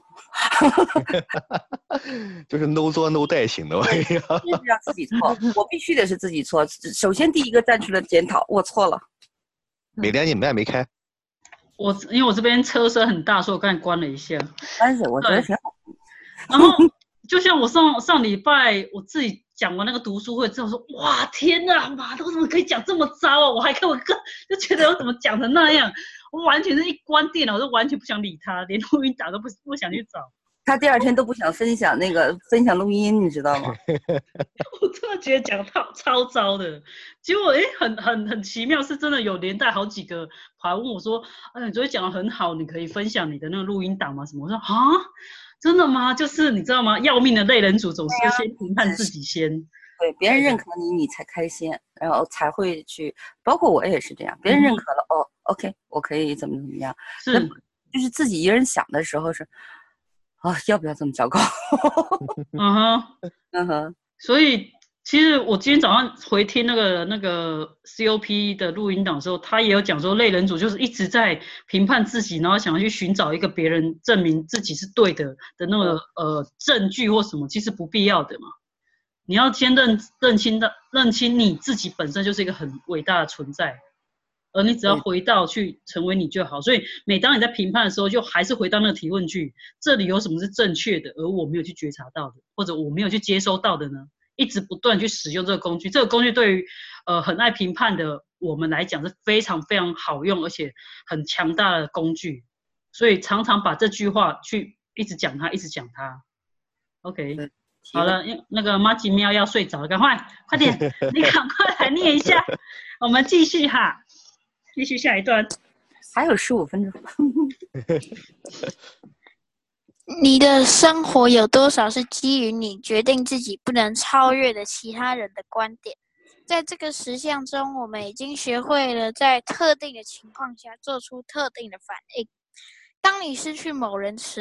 就是 no 作 no 带型的，我跟你说， 必须让自己错，我必须得是自己错。首先第一个站出来检讨，我错了。 美莲，你麦没开。 因为我这边车声很大，所以我刚才关了一下。 但是我觉得挺好。 然后就像我上礼拜我自己讲完那个读书会之后说，哇天哪，妈的，我怎么可以讲这么糟啊？我还看我哥就觉得我怎么讲成那样，我完全是一关电脑就完全不想理他，连录音档都不想去找。 他第二天都不想分享录音，你知道吗？ 我真的觉得讲超糟的，结果很奇妙，是真的有连带好几个还问我说，你昨天讲得很好，你可以分享你的那个录音档吗？什么？我说啊，真的吗？就是你知道吗？要命的类人主总是先评判自己先， 对，别人认可你，你才开心，然后才会去。包括我也是这样，别人认可了，OK， 我可以怎么样？ 是， 就是自己一个人想的时候是。要不要这么糟糕？ 所以其实我今天早上回听那个 COP 的录音档的时候，他也有讲说，类人主就是一直在评判自己，然后想要去寻找一个别人证明自己是对的那个证据或什么，其实不必要的嘛。你要先认清你自己本身就是一个很伟大的存在。而你只要回到去成为你就好，所以每当你在评判的时候，就还是回到那个提问句：这里有什么是正确的，而我没有去觉察到的，或者我没有去接收到的呢？一直不断去使用这个工具，这个工具对于很爱评判的我们来讲是非常非常好用，而且很强大的工具。所以常常把这句话去一直讲它，一直讲它。OK， 好了，那个妈吉喵要睡着了，快点，你赶快来念一下，我们继续哈。继续下一段， 还有15分钟。 你的生活有多少是基于你决定自己不能超越的其他人的观点？在这个实相中，我们已经学会了在特定的情况下做出特定的反应。当你失去某人时候，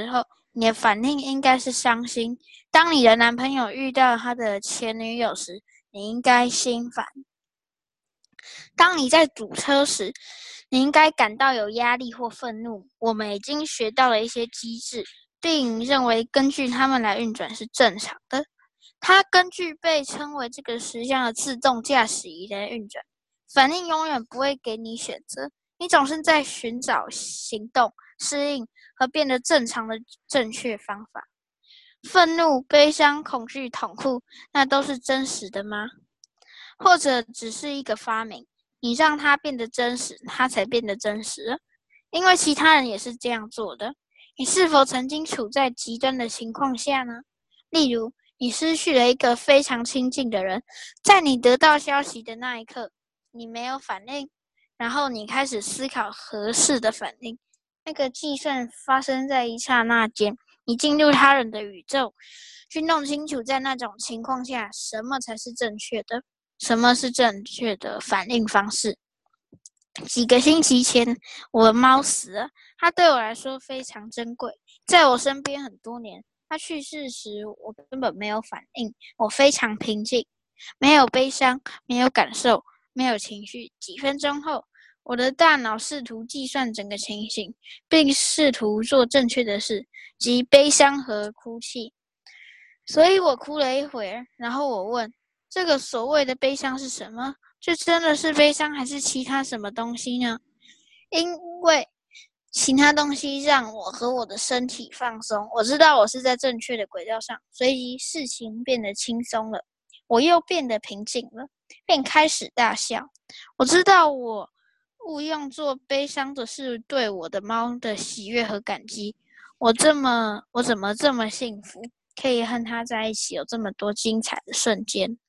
你的反应应该是伤心。当你的男朋友遇到他的前女友时，你应该心烦。当你在堵车时，你应该感到有压力或愤怒。我们已经学到了一些机制，并认为根据它们来运转是正常的。它根据被称为这个实相的自动驾驶仪来运转。反应永远不会给你选择，你总是在寻找行动、适应和变得正常的正确方法。愤怒、悲伤、恐惧、痛苦，那都是真实的吗？或者只是一个发明？你让它变得真实，它才变得真实了。因为其他人也是这样做的。你是否曾经处在极端的情况下呢？例如，你失去了一个非常亲近的人，在你得到消息的那一刻，你没有反应，然后你开始思考合适的反应。那个计算发生在一刹那间，你进入他人的宇宙，去弄清楚在那种情况下什么才是正确的，什么是正确的反应方式。几个星期前，我的猫死了，它对我来说非常珍贵，在我身边很多年。它去世时，我根本没有反应，我非常平静，没有悲伤，没有感受，没有情绪。几分钟后，我的大脑试图计算整个情形，并试图做正确的事，即悲伤和哭泣。所以我哭了一会儿，然后我问：这个所谓的悲伤是什么？这真的是悲伤，还是其他什么东西呢？因为其他东西让我和我的身体放松，我知道我是在正确的轨道上，随即事情变得轻松了，我又变得平静了，便开始大笑。我知道我误用做悲伤的事对我的猫的喜悦和感激。我怎么这么幸福，可以和它在一起，有这么多精彩的瞬间。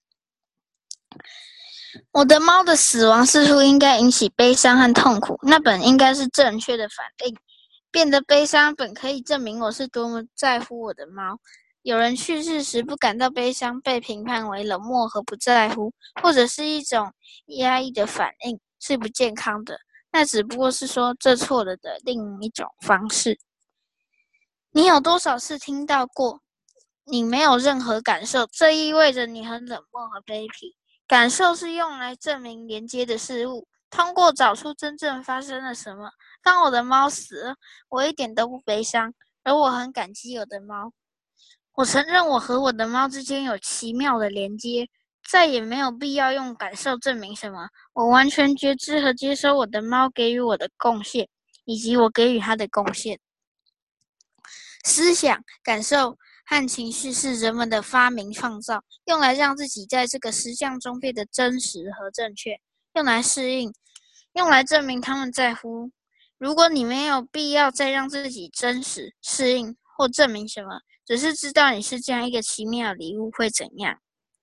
我的猫的死亡似乎应该引起悲伤和痛苦，那本应该是正确的反应。变得悲伤本可以证明我是多么在乎我的猫。有人去世时不感到悲伤，被评判为冷漠和不在乎，或者是一种压抑的反应，是不健康的。那只不过是说这错了的另一种方式。你有多少次听到过你没有任何感受，这意味着你很冷漠和卑鄙。感受是用来证明连接的事物，通过找出真正发生了什么。当我的猫死了，我一点都不悲伤，而我很感激我的猫。我承认我和我的猫之间有奇妙的连接，再也没有必要用感受证明什么。我完全觉知和接收我的猫给予我的贡献，以及我给予它的贡献。思想、感受和情绪是人们的发明创造，用来让自己在这个实相中变得真实和正确，用来适应，用来证明他们在乎。如果你没有必要再让自己真实、适应或证明什么，只是知道你是这样一个奇妙的礼物会怎样？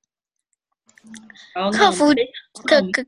克服我们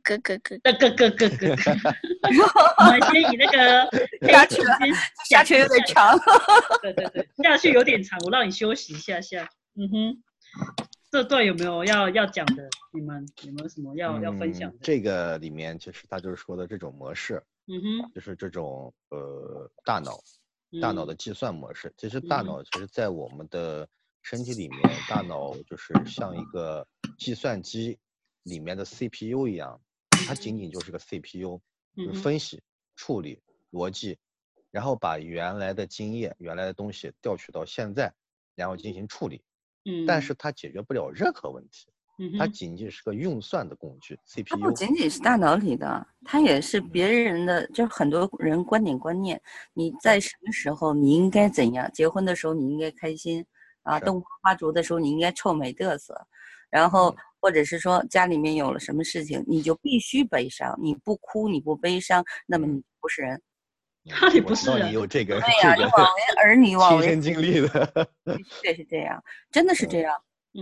先以那个下去有点长， 对，下去有点长，我让你休息一下下。这段有没有要讲的？你们有没有什么要分享的？ 这个里面其实他就是说的这种模式，就是这种大脑的计算模式。其实大脑其实在我们的身体里面，大脑就是像一个计算机里面的 CPU 一样，它仅仅就是个 CPU， 就是分析、处理、逻辑，然后把原来的经验、原来的东西调取到现在，然后进行处理。但是它解决不了任何问题，它仅仅是个运算的工具 CPU。 它不仅仅是大脑里的，它也是别人的，就是很多人观念。你在什么时候你应该怎样？结婚的时候你应该开心啊，洞房花烛的时候你应该臭美嘚瑟，然后或者是说家里面有了什么事情你就必须悲伤，你不哭你不悲伤，那么你不是人。 你不是人， 你有这个对呀，你枉为儿女，枉为亲身经历的， 对，是这样，真的是这样。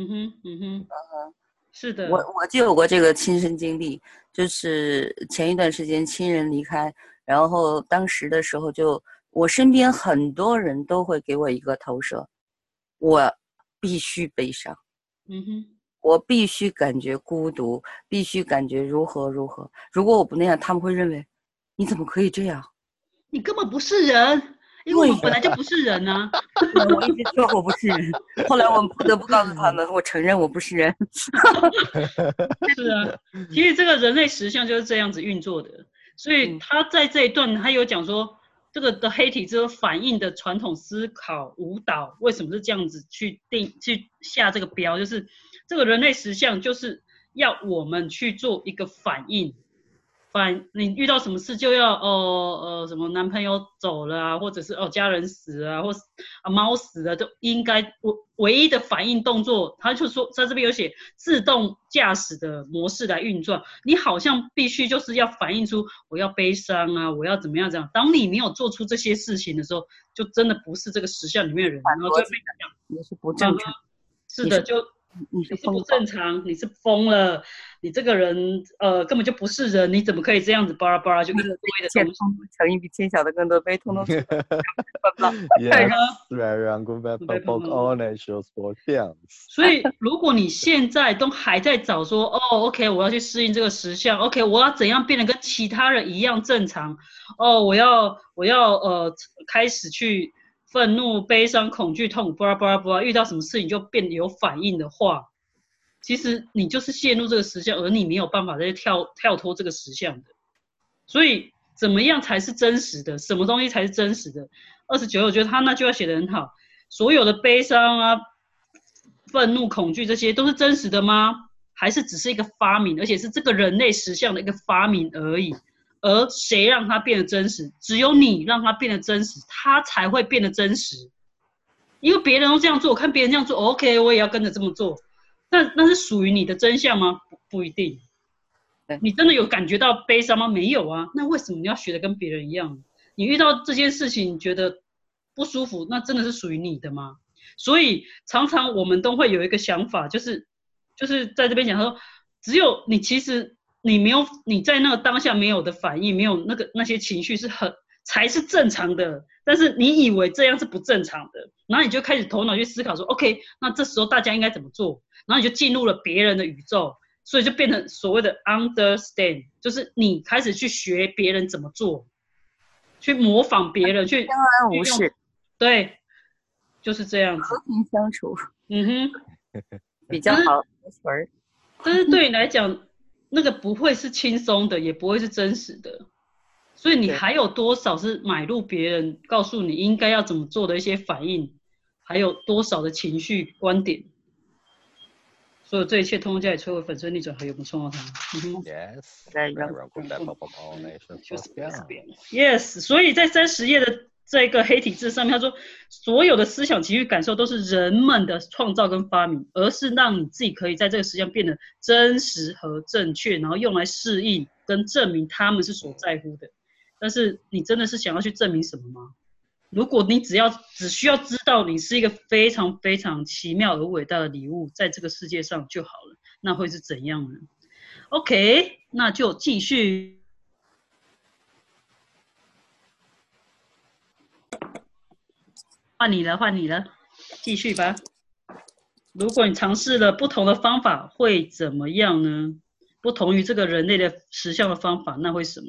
是的。 我就有过这个亲身经历，就是前一段时间亲人离开，然后当时的时候就我身边很多人都会给我一个投射，我必须悲伤，我必须感觉孤独，必须感觉如何，如果我不那样，他们会认为你怎么可以这样。 你根本不是人， 因为我们本来就不是人啊。 我一直说我不是人，后来我们不得不告诉他们，我承认我不是人。 是啊，其实这个人类实相就是这样子运作的，所以他在这一段他有讲说，这个的黑体之反映的传统思考舞蹈为什么是这样子去下这个标，就是这个人类实相就是要我们去做一个反应。你遇到什么事就要什么男朋友走了啊，或者是家人死了啊，或是猫死了，都应该唯一的反应动作，他就说在这边有写自动驾驶的模式来运转，你好像必须就是要反映出我要悲伤啊，我要怎么样这样。当你没有做出这些事情的时候，就真的不是这个实相里面的人，然后就被讲你是不正常。 是的，你是不正常，你是疯了，你这个人根本就不是人，你怎么可以这样子巴拉巴拉就一堆的东西， 成一比天小的更多悲，通通是。 所以如果你现在都还在找说OK 我要去适应这个实相 ，OK 我要怎样变得跟其他人一样正常，我要开始去愤怒、悲伤、恐惧、痛苦，巴拉巴拉巴拉，遇到什么事情就变得有反应的话，其实你就是陷入这个实相，而你没有办法再跳脱这个实相的。所以怎么样才是真实的？什么东西才是真实的？29我觉得他那句话写得很好，所有的悲伤啊、愤怒、恐惧这些都是真实的吗？还是只是一个发明，而且是这个人类实相的一个发明而已？而谁让它变得真实？只有你让它变得真实，它才会变得真实。因为别人都这样做，我看别人这样做 ，OK， 我也要跟着这么做。那是属于你的真相吗？不一定。你真的有感觉到悲伤吗？没有啊。那为什么你要学的跟别人一样？你遇到这件事情觉得不舒服，那真的是属于你的吗？所以常常我们都会有一个想法，就是在这边讲说，只有你其实你在那个当下没有的反应，没有那些情绪才是正常的，但是你以为这样是不正常的，然后你就开始头脑去思考说 OK 那这时候大家应该怎么做，然后你就进入了别人的宇宙，所以就变成所谓的 understand， 就是你开始去学别人怎么做，去模仿别人，去相安无事， 对，就是这样子， 和平相处，比较好。 但是对你来讲那个不会是轻松的，也不会是真实的，所以你还有多少是买入别人告诉你应该要怎么做的一些反应，还有多少的情绪观点，所有这一切通通加以摧毁粉碎逆转和永不创造它。Yes， 所以在30页的这个黑体字上面，他说所有的思想、情绪、感受都是人们的创造跟发明，而是让你自己可以在这个实相变得真实和正确，然后用来适应跟证明他们是所在乎的。但是你真的是想要去证明什么吗？如果你只需要知道你是一个非常非常奇妙而伟大的礼物在这个世界上就好了，那会是怎样呢？ OK， 那就继续。换你了，继续吧。如果你尝试了不同的方法，会怎么样呢？不同于这个人类的实相的方法，那会什么？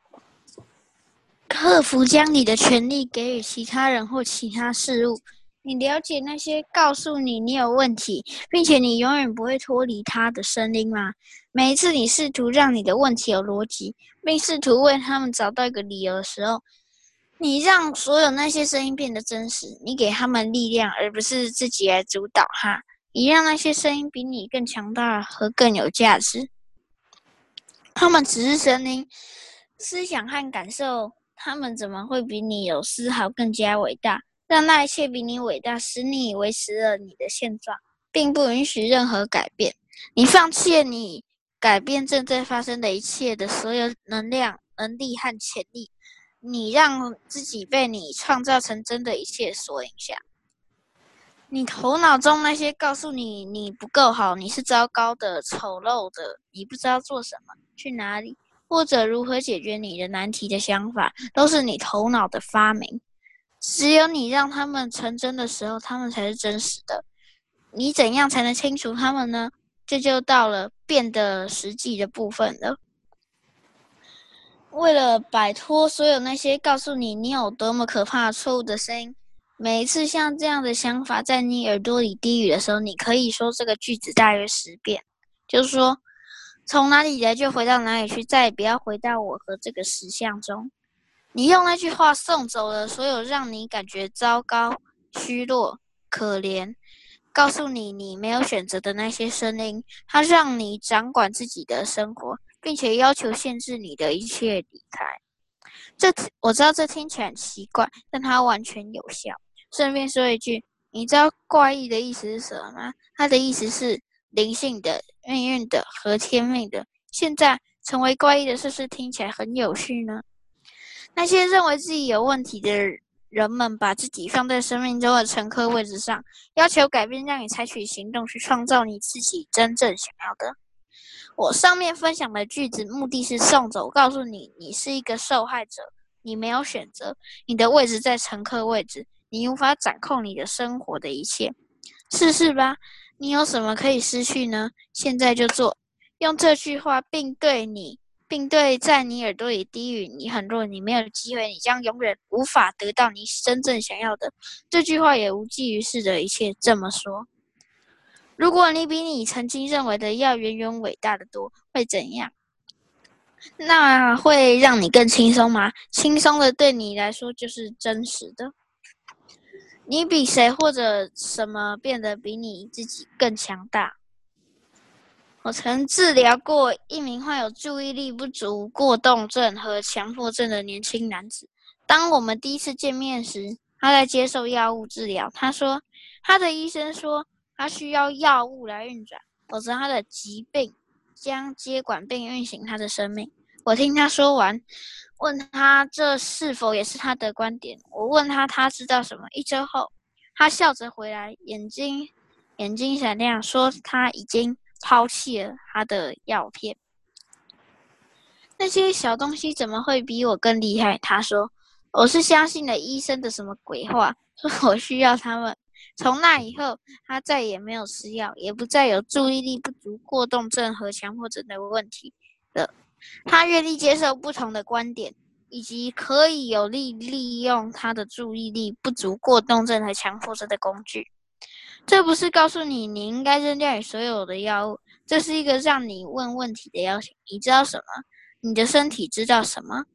克服将你的权利给予其他人或其他事物。你了解那些告诉你你有问题，并且你永远不会脱离它的声音吗？每一次你试图让你的问题有逻辑，并试图为他们找到一个理由的时候，你让所有那些声音变得真实，你给他们力量，而不是自己来主导它。你让那些声音比你更强大和更有价值。他们只是声音，思想和感受，他们怎么会比你有丝毫更加伟大？让那一切比你伟大，使你维持了你的现状，并不允许任何改变。你放弃了你改变正在发生的一切的所有能量、能力和潜力。你让自己被你创造成真的一切所影响。你头脑中那些告诉你你不够好，你是糟糕的、丑陋的，你不知道做什么、去哪里，或者如何解决你的难题的想法，都是你头脑的发明。只有你让他们成真的时候，他们才是真实的。你怎样才能清除他们呢？这就到了变得实际的部分了。 为了摆脱所有那些告诉你你有多么可怕错误的声音，每一次像这样的想法在你耳朵里低语的时候，你可以说这个句子大约10遍，就是说从哪里来就回到哪里去，再也不要回到我和这个实相中。你用那句话送走了所有让你感觉糟糕、虚弱、可怜，告诉你你没有选择的那些声音，它让你掌管自己的生活，并且要求限制你的一切离开。我知道这听起来很奇怪，但它完全有效。顺便说一句，你知道怪异的意思是什么吗？它的意思是灵性的、命运的和天命的。现在成为怪异的是不是听起来很有趣呢？那些认为自己有问题的人们把自己放在生命中的乘客位置上，要求改变，让你采取行动去创造你自己真正想要的。我上面分享的句子目的是送走，告诉你你是一个受害者，你没有选择，你的位置在乘客位置，你无法掌控你的生活的一切。试试吧，你有什么可以失去呢？现在就做。用这句话并对在你耳朵里低语，你很弱，你没有机会，你将永远无法得到你真正想要的。这句话也无济于事的一切这么说。如果你比你曾经认为的要远远伟大的多，会怎样？那会让你更轻松吗？轻松的对你来说就是真实的。你比谁或者什么变得比你自己更强大。我曾治疗过一名患有注意力不足过动症和强迫症的年轻男子。当我们第一次见面时，他在接受药物治疗。他说，他的医生说他需要药物来运转，否则他的疾病将接管并运行他的生命。我听他说完，问他这是否也是他的观点。我问他知道什么。1周后，他笑着回来，眼睛闪亮，说他已经抛弃了他的药片。那些小东西怎么会比我更厉害？他说，我是相信了医生的什么鬼话，说我需要他们。从那以后，他再也没有吃药，也不再有注意力不足过动症和强迫症的问题了。他愿意接受不同的观点，以及可以有力利用他的注意力不足过动症和强迫症的工具。这不是告诉你你应该扔掉你所有的药物，这是一个让你问问题的邀请。你知道什么？你的身体知道什么？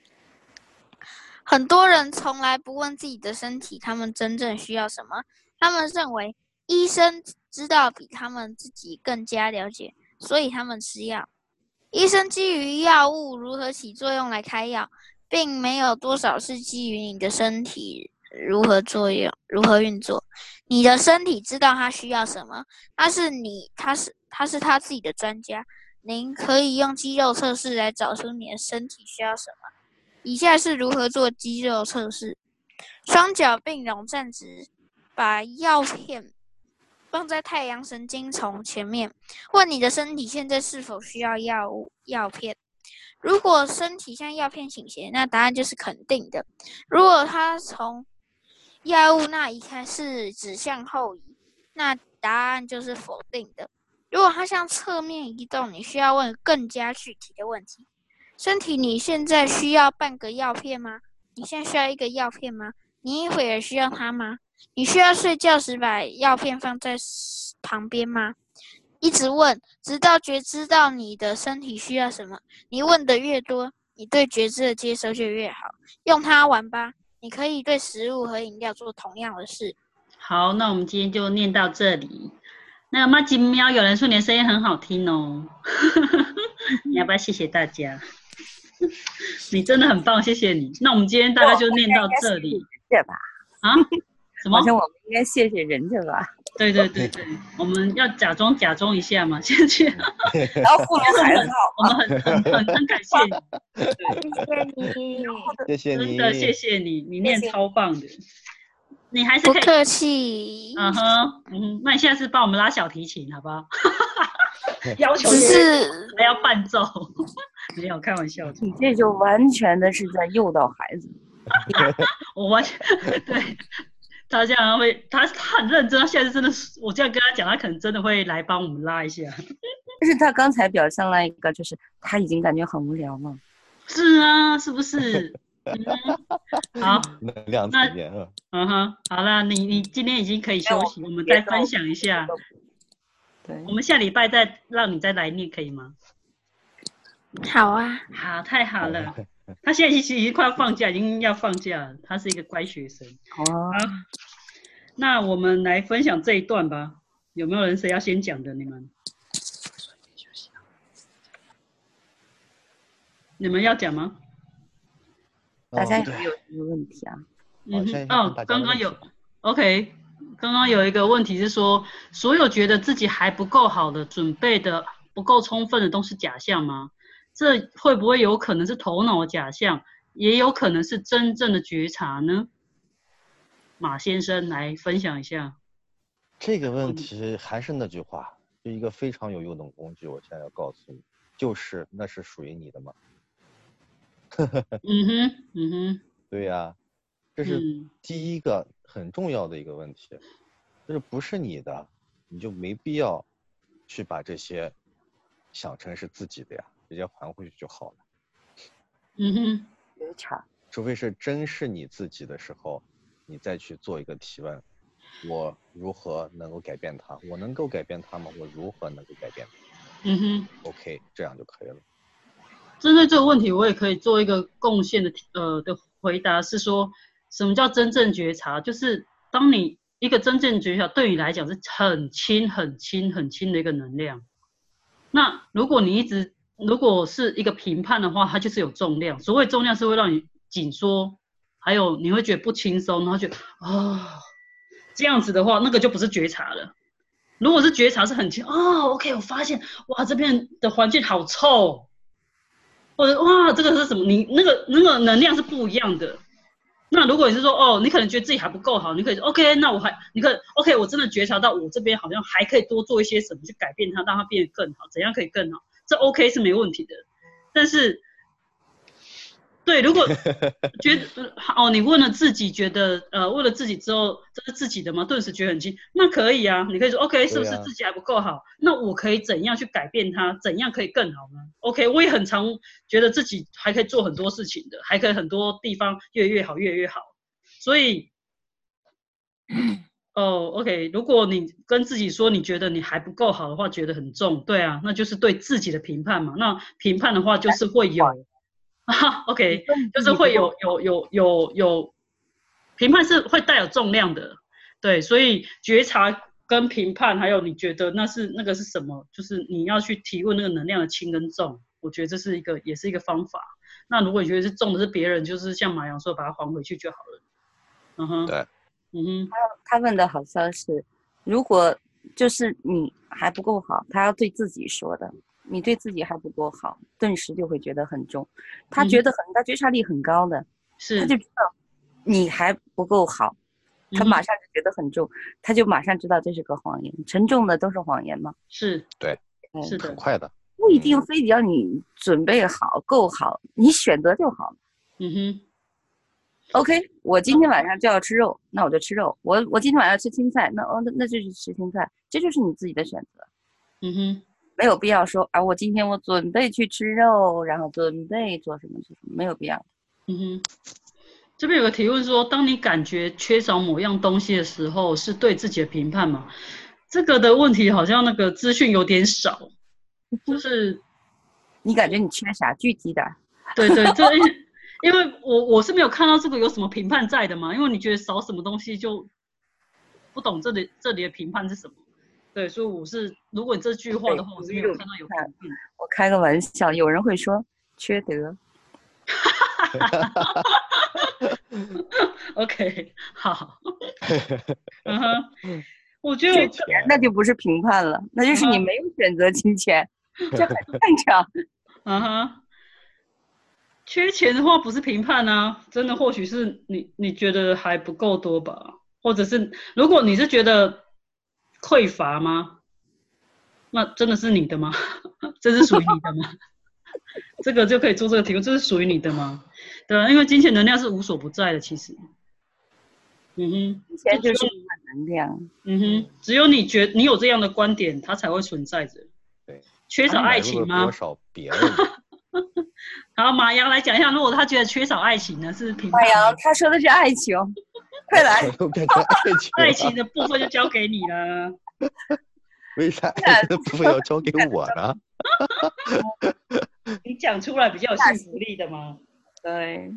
很多人从来不问自己的身体他们真正需要什么，他们认为医生知道比他们自己更加了解，所以他们吃药。医生基于药物如何起作用来开药，并没有多少是基于你的身体如何运作。你的身体知道它需要什么，他是他自己的专家。您可以用肌肉测试来找出你的身体需要什么。以下是如何做肌肉测试：双脚并拢站直，把药片放在太阳神经丛前面，问你的身体现在是否需要药片。如果身体向药片倾斜，那答案就是肯定的。如果它从药物那一开始指向后移，那答案就是否定的。如果它向侧面移动，你需要问更加具体的问题：身体，你现在需要半个药片吗？你现在需要一个药片吗？你一会儿需要它吗？你需要睡觉时把药片放在旁边吗？一直问，直到觉知到你的身体需要什么。你问的越多，你对觉知的接收就越好。用它玩吧，你可以对食物和饮料做同样的事。 好，那我们今天就念到这里。那妈吉喵，有人说你的声音很好听哦，你要不要谢谢大家？你真的很棒，谢谢你。那我们今天大概就念到这里。 谢谢吧？ 啊？什么？ 好像我们应该谢谢人家吧？ 对，我们要假装一下嘛，先去。 然后糊弄孩子， 我们很感谢你， 谢谢你， 真的谢谢你，你念超棒的。你还是可以不客气。 那你下次帮我们拉小提琴好不好？要求只是还要伴奏，没有开玩笑的。 你这就完全的是在诱导孩子。 我完全对他这样他很认真，他现在真的是我这样跟他讲，他可能真的会来帮我们拉一下。 但是他刚才表现了一个，就是他已经感觉很无聊了。 是啊，是不是？好， 能量那层面好啦，你今天已经可以休息，我们再分享一下。 对， 我们下礼拜再让你再来念，可以吗？ 好啊， 好，太好了。他现在其实已经快要放假，已经要放假了。他是一个乖学生。 哦， 好，那我们来分享这一段吧。有没有人谁要先讲的？你们要讲吗？ 大家有没有什么问题啊？ 刚刚有 ，OK， 刚刚有一个问题是说，所有觉得自己还不够好的、准备的不够充分的都是假象吗？这会不会有可能是头脑的假象，也有可能是真正的觉察呢？马先生来分享一下。 这个问题还是那句话，就一个非常有用的工具，我现在要告诉你，就是那是属于你的吗？对呀，这是第一个很重要的一个问题，就是不是你的，你就没必要去把这些想成是自己的呀，直接还回去就好了。 觉察， 除非是真是你自己的时候，你再去做一个提问，我如何能够改变它？我能够改变它吗？我如何能够改变它？OK， 这样就可以了。 针对这个问题，我也可以做一个贡献的回答，是说什么叫真正觉察？就是当你一个真正觉察对你来讲是很轻很轻很轻的一个能量。那如果是一个评判的话，它就是有重量。所谓重量是会让你紧缩，还有你会觉得不轻松，然后觉得这样子的话，那个就不是觉察了。如果是觉察是很轻，OK， 我发现哇这边的环境好臭。或者哇，这个是什么？你那个能量是不一样的。那如果你是说你可能觉得自己还不够好，你可以说 OK， 那你可以 OK， 我真的觉察到我这边好像还可以多做一些什么去改变它，让它变得更好，怎样可以更好？这 OK 是没问题的。但是，对，如果觉得你问了自己，觉得问了自己之后，这是自己的吗？顿时觉得很轻，那可以啊，你可以说 OK， 是不是自己还不够好？那我可以怎样去改变它？怎样可以更好呢 ？OK， 我也很常觉得自己还可以做很多事情的，还可以很多地方越好，越好。所以，OK， 如果你跟自己说你觉得你还不够好的话，觉得很重，对啊，那就是对自己的评判嘛。那评判的话就是会有。OK， 就是会有评判是会带有重量的，对，所以觉察跟评判，还有你觉得那个是什么，就是你要去提问那个能量的轻跟重，我觉得这是也是一个方法。那如果你觉得是重的是别人，就是像马洋说，把它还回去就好了。 对， 他问的好像是，如果就是你还不够好，他要对自己说的。你对自己还不够好，顿时就会觉得很重。他觉得他觉察力很高的，他就知道你还不够好，他马上就觉得很重，他就马上知道这是个谎言。沉重的都是谎言吗？ 是， 对， 是的， 很快的， 不一定非得要你准备好够好，你选择就好。OK， 我今天晚上就要吃肉，那我就吃肉。我今天晚上要吃青菜，那就去吃青菜，这就是你自己的选择。没有必要说我今天我准备去吃肉，然后准备做什么，没有必要。 这边有个提问说，当你感觉缺少某样东西的时候，是对自己的评判吗？这个的问题好像那个资讯有点少，就是你感觉你缺啥？具体点。 对，因为我是没有看到这个有什么评判在的嘛，因为你觉得少什么东西就不懂这里的评判是什么。对，所以如果你这句话的话，我是没有看到有评判。 我开个玩笑，有人会说缺德。 OK， 好。我觉得那就不是评判了，那就是你没有选择金钱，这很正常。 缺钱的话不是评判啊，真的或许是你觉得还不够多吧，或者是如果你是觉得匮乏吗？那真的是你的吗？这是属于你的吗？这个就可以做这个题目，这是属于你的吗？对啊，因为金钱能量是无所不在的，其实。 金钱就是能量。 只有你觉得你有这样的观点，它才会存在着。 对， 缺少爱情吗？ 多少别人好，马洋来讲一下，如果他觉得缺少爱情呢，是评判马洋吗？ 他说的是爱情，快来， 又变成爱情了， 爱情的部分就交给你了。 为啥爱情的部分要交给我呢？ 你讲出来比较有说服力的吗？ 对，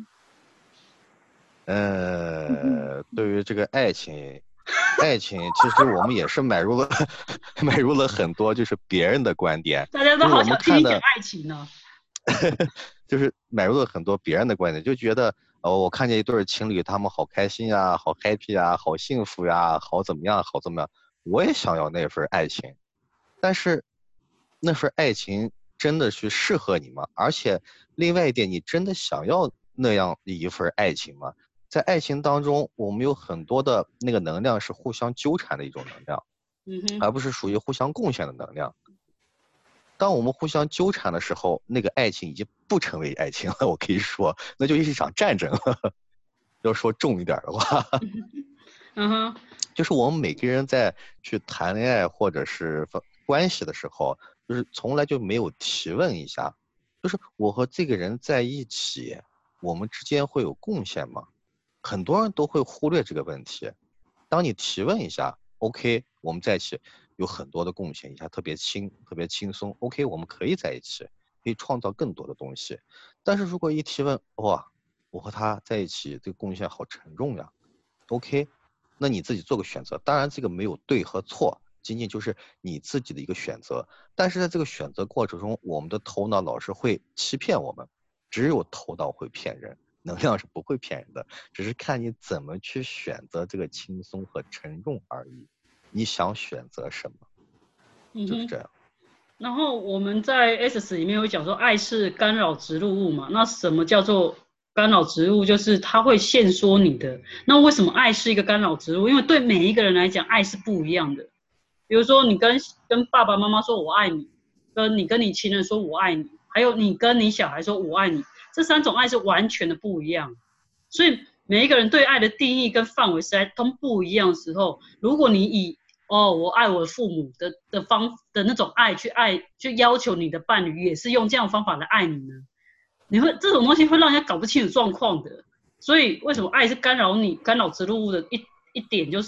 对于这个爱情其实我们也是买入了很多就是别人的观点， 大家都好想听你讲爱情呢。 就是买入了很多别人的观点，就觉得我看见一对情侣，他们好开心啊，好 happy 啊，好幸福呀，好怎么样，我也想要那份爱情，但是那份爱情真的是适合你吗？而且另外一点，你真的想要那样一份爱情吗？在爱情当中，我们有很多的那个能量是互相纠缠的一种能量，而不是属于互相贡献的能量。当我们互相纠缠的时候，那个爱情已经不成为爱情了，我可以说，那就是一场战争了。要说重一点的话，就是我们每个人在去谈恋爱或者是关系的时候，就是从来就没有提问一下，就是我和这个人在一起，我们之间会有贡献吗？很多人都会忽略这个问题。当你提问一下 ，OK， 我们在一起有很多的贡献，一下特别轻松 ，OK， 我们可以在一起，可以创造更多的东西。但是如果一提问，哇，我和他在一起，这个贡献好沉重呀 ，OK， 那你自己做个选择。当然这个没有对和错，仅仅就是你自己的一个选择。但是在这个选择过程中，我们的头脑老是会欺骗我们，只有头脑会骗人。能量是不会骗人的，只是看你怎么去选择这个轻松和沉重而已。你想选择什么，就是这样。 然后我们在 S 里面会讲说，爱是干扰植入物嘛。那什么叫做干扰植入物？就是它会限缩你的。那为什么爱是一个干扰植入物？因为对每一个人来讲，爱是不一样的。比如说，你跟爸爸妈妈说我爱你，跟你亲人说我爱你，还有你跟你小孩说我爱你。这三种爱是完全的不一样，所以每一个人对爱的定义跟范围实在都不一样的时候，如果你以我爱我的父母的那种爱去要求你的伴侣也是用这样的方法来爱你呢，这种东西会让人家搞不清楚状况的。所以为什么爱是干扰植入物的一点就是，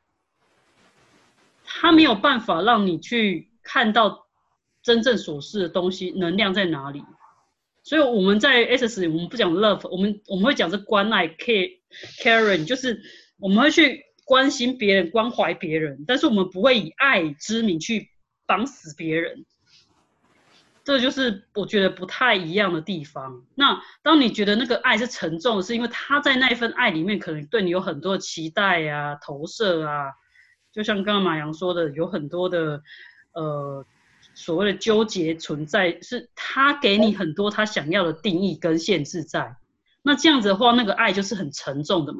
它没有办法让你去看到真正所示的东西能量在哪里。所以我们在 S 我们不讲 love， 我们会讲是关爱 caring， 就是我们会去关心别人关怀别人，但是我们不会以爱之名去绑死别人，这就是我觉得不太一样的地方。那当你觉得那个爱是沉重的，是因为他在那一份爱里面可能对你有很多的期待啊投射啊，就像刚刚马洋说的有很多的所谓的纠结存在，是他给你很多他想要的定义跟限制在。那这样子的话，那个爱就是很沉重的嘛。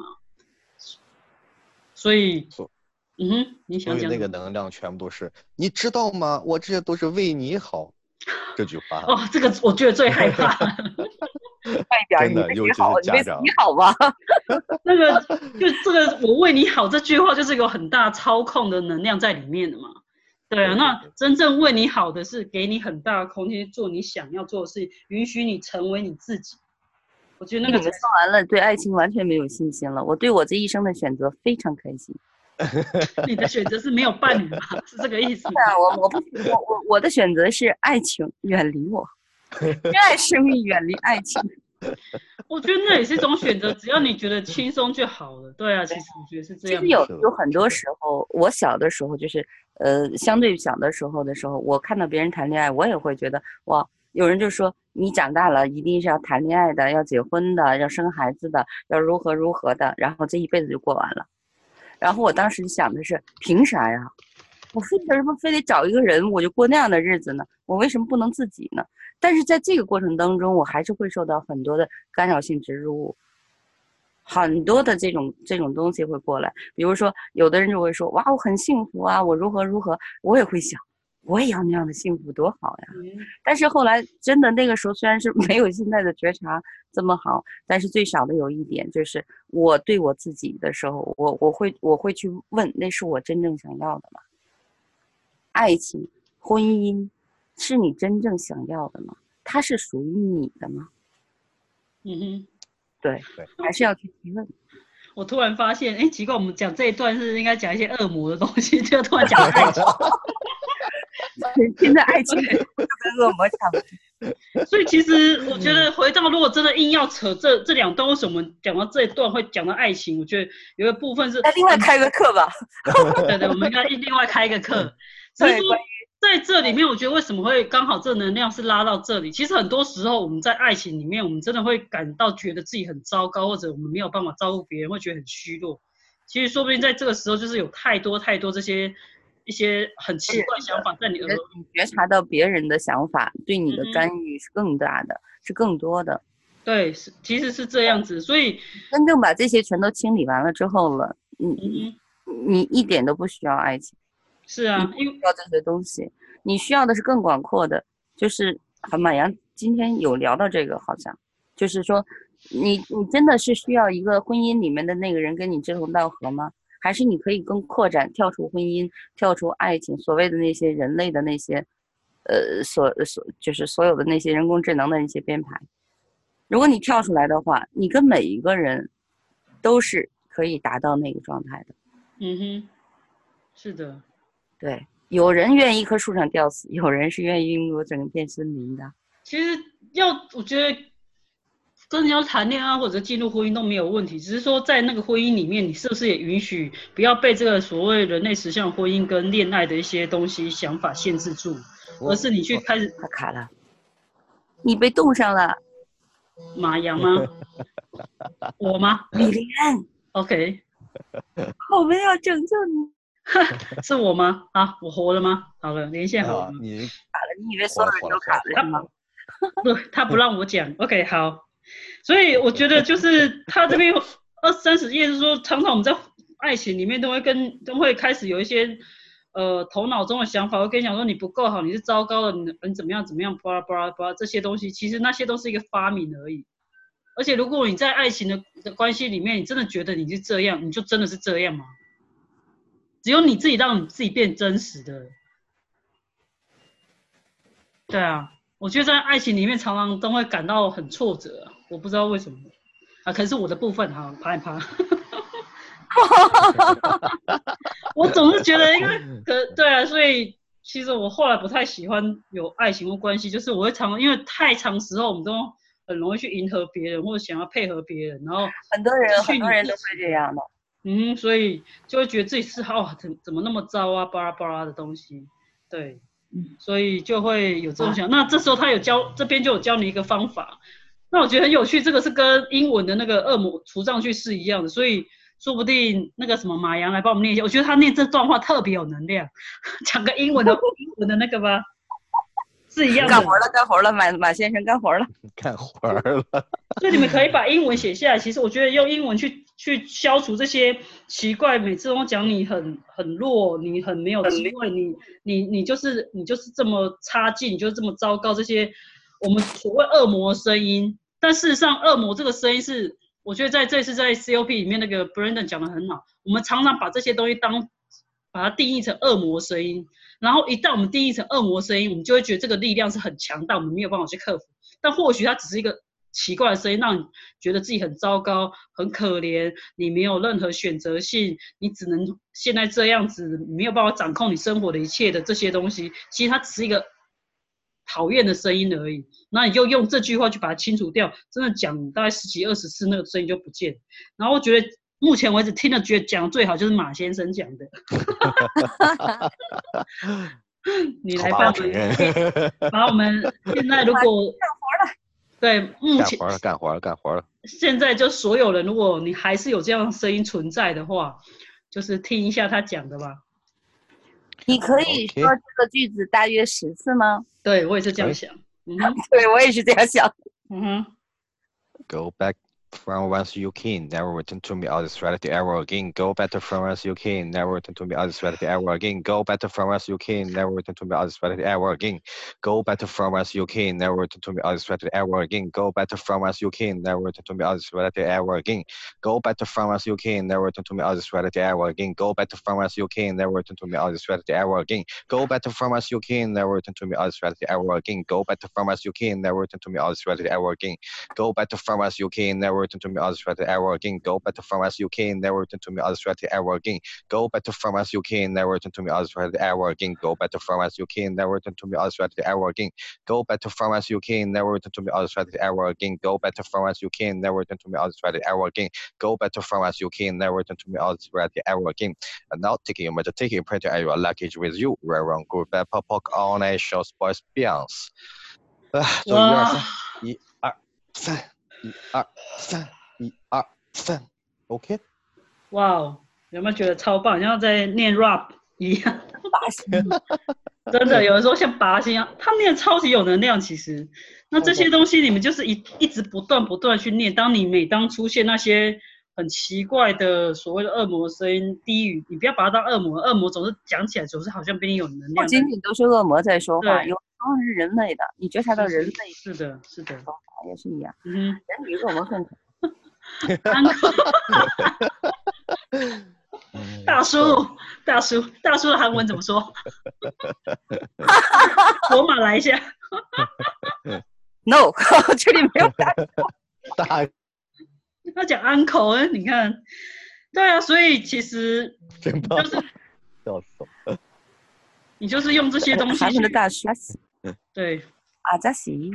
所以，你想讲？ 所以那个能量全部都是，你知道吗？我这些都是为你好。这句话这个我觉得最害怕。 真的，尤其是家长， 你好吧？ 那个就这个我为你好这句话，就是有很大操控的能量在里面的嘛。对啊，那真正为你好的是给你很大的空间做你想要做的事，允许你成为你自己。我觉得那个你们说完了，对爱情完全没有信心了。我对我这一生的选择非常开心。 你的选择是没有伴侣吗？是这个意思吗？ 我的选择是爱情远离我，热爱生命远离爱情。 我觉得那也是一种选择，只要你觉得轻松就好了。对啊，其实我觉得是这样。 其实有很多时候，我小的时候就是相对小的时候，我看到别人谈恋爱，我也会觉得哇，有人就说你长大了一定是要谈恋爱的，要结婚的，要生孩子的，要如何的，然后这一辈子就过完了。然后我当时想的是，凭啥呀？我为什么非得找一个人我就过那样的日子呢？我为什么不能自己呢？但是在这个过程当中，我还是会受到很多的干扰性植入物，很多的这种东西会过来。比如说，有的人就会说：“哇，我很幸福啊，我如何。”我也会想，我也要那样的幸福，多好呀！但是后来真的那个时候，虽然是没有现在的觉察这么好，但是最少的有一点就是，我对我自己的时候，我会去问，那是我真正想要的吗？爱情、婚姻是你真正想要的吗？它是属于你的吗？ 嗯哼， 对，还是要去提问。 我突然发现，哎，奇怪，我们讲这一段是应该讲一些恶魔的东西，就突然讲爱情。 现在爱情就跟恶魔差不多。 所以其实我觉得回到如果真的硬要扯这两段，为什么我们讲到这一段会讲到爱情？我觉得有一个部分是， 那另外开个课吧。 对，我们应该另外开一个课。只是说在这里面，我觉得为什么会刚好这能量是拉到这里？其实很多时候我们在爱情里面，我们真的会感到觉得自己很糟糕，或者我们没有办法照顾别人，会觉得很虚弱。其实说不定在这个时候，就是有太多这些一些很奇怪的想法在你耳朵里。 你觉察到别人的想法对你的干预是更大的，是更多的。 对，其实是这样子。所以真正把这些全都清理完了之后了，你一点都不需要爱情。 是啊， 因为需要这些东西，你需要的是更广阔的。就是马洋今天有聊到这个，好像就是说，你真的是需要一个婚姻里面的那个人跟你志同道合吗？还是你可以更扩展，跳出婚姻，跳出爱情，所谓的那些人类的那些，就是所有的那些人工智能的一些编排。如果你跳出来的话，你跟每一个人都是可以达到那个状态的。 嗯哼，是的。 对，有人愿意一棵树上吊死，有人是愿意拥有整片森林的。 其实我觉得跟人家谈恋爱或者进入婚姻都没有问题，只是说在那个婚姻里面，你是不是也允许不要被这个所谓人类实相婚姻跟恋爱的一些东西想法限制住，而是你去开始。 他卡了，你被冻上了。 马洋吗？我吗？ 李莲 OK， 我们要拯救你。 是我吗？啊，我活了吗？好了，连线好了。 你卡了，你以为所有人都卡了是吗？ 对，他不让我讲。OK， 好。所以我觉得就是他这边20-30页是说，常常我们在爱情里面都会开始有一些头脑中的想法，会跟你讲说你不够好，你是糟糕的，你怎么样，巴拉巴拉巴拉这些东西，其实那些都是一个发明而已。而且如果你在爱情的关系里面，你真的觉得你是这样，你就真的是这样吗？只有你自己让你自己变真实的。对啊，我觉得在爱情里面常常都会感到很挫折，我不知道为什么啊，可能是我的部分哈，啪一啪。我总是觉得，因为对啊，所以其实我后来不太喜欢有爱情或关系，就是我会因为太长时候我们都很容易去迎合别人或者想要配合别人，然后很多人都会这样的。 所以就会觉得自己是怎么那么糟啊，巴拉巴拉的东西，对，所以就会有这种想。那这时候他这边就有教你一个方法，那我觉得很有趣，这个是跟英文的那个恶魔除障句是一样的，所以说不定那个什么马洋来帮我们念一下，我觉得他念这段话特别有能量，讲个英文的那个吧。是一样的。 干活了，马先生干活了。 干活了。 所以你们可以把英文写下来。其实我觉得用英文去消除这些奇怪，每次都讲你很弱，你很没有机会，你就是这么差劲，你就是这么糟糕，这些我们所谓恶魔的声音。但事实上，恶魔这个声音是，我觉得这次在 COP 里面那个 Brandon 讲得很好。我们常常把这些东西把它定义成恶魔声音。然后一旦我们定义成恶魔声音，我们就会觉得这个力量是很强大，我们没有办法去克服。但或许它只是一个奇怪的声音，让你觉得自己很糟糕、很可怜，你没有任何选择性，你只能现在这样子，你没有办法掌控你生活的一切的这些东西。其实它只是一个讨厌的声音而已。那你就用这句话去把它清除掉，真的讲大概10几20次，那个声音就不见。然后我觉得目前为止听了觉得讲最好就是马先生讲的。你来帮我们把我们现在如果干活了， 对，目前干活了。 现在就所有人，如果你还是有这样的声音存在的话，就是听一下他讲的吧。 你可以说这个句子大约10次吗？ 对，我也是这样想。 对，我也是这样想。 Go back from whence you came, never return to me all this reality ever again. Go back to from whence you came, never return to me all this reality ever again. Go back to from whence you came, never return to me all this reality ever again. Go back to from whence you came, never return to me all this reality ever again. Go back to from whence you came, never return to me all this reality ever again. Go back to from whence you came, never return to me all this reality ever again. Go back to from whence you came, never return to me all this reality ever again. Go back to from whence you came, never return to me all this reality ever again. Go back to from whence you came, never return to me all this reality ever again. Go back to from whence you came, never return to me all this reality ever again. Go back to from whence you came, never return to me all this reality ever again. Go back to from whence you came, never return to me all this reality ever again. Go back to from whence you came, never return to me all this reality ever again. Go back to from whence you came, never return to me all this reality ever again. Go back to from whence you came, never return to me all this reality ever again. Go back to from whence you came, never return to me all this reality ever again. And now taking your measure, taking printer and your luggage with you. Right on good bad pop all night shows boys bounce. 就1、2、3，1、2、3，1、2、3，1、2、3 ，OK。 哇哦，有没有觉得超棒，像在念 rap 一样？ 拔心， 真的，有的时候像拔心一样，他念超级有能量。其实，那这些东西你们就是一直不断去念。每当出现那些很奇怪的所谓的恶魔声音、低语，你不要把它当恶魔，恶魔总是讲起来总是好像比你有能量。 不仅仅都是恶魔在说话，有时候是人类的，你觉察到人类是的，是的， 也是一样。 嗯， 人比恶魔更可大叔的韩文怎么说？罗马来一下。 No， 这里没有大。 他讲 uncle， 你看，对啊，所以其实就是笑死我。 你就是用这些东西。 韩文的大叔。 对。 阿扎西。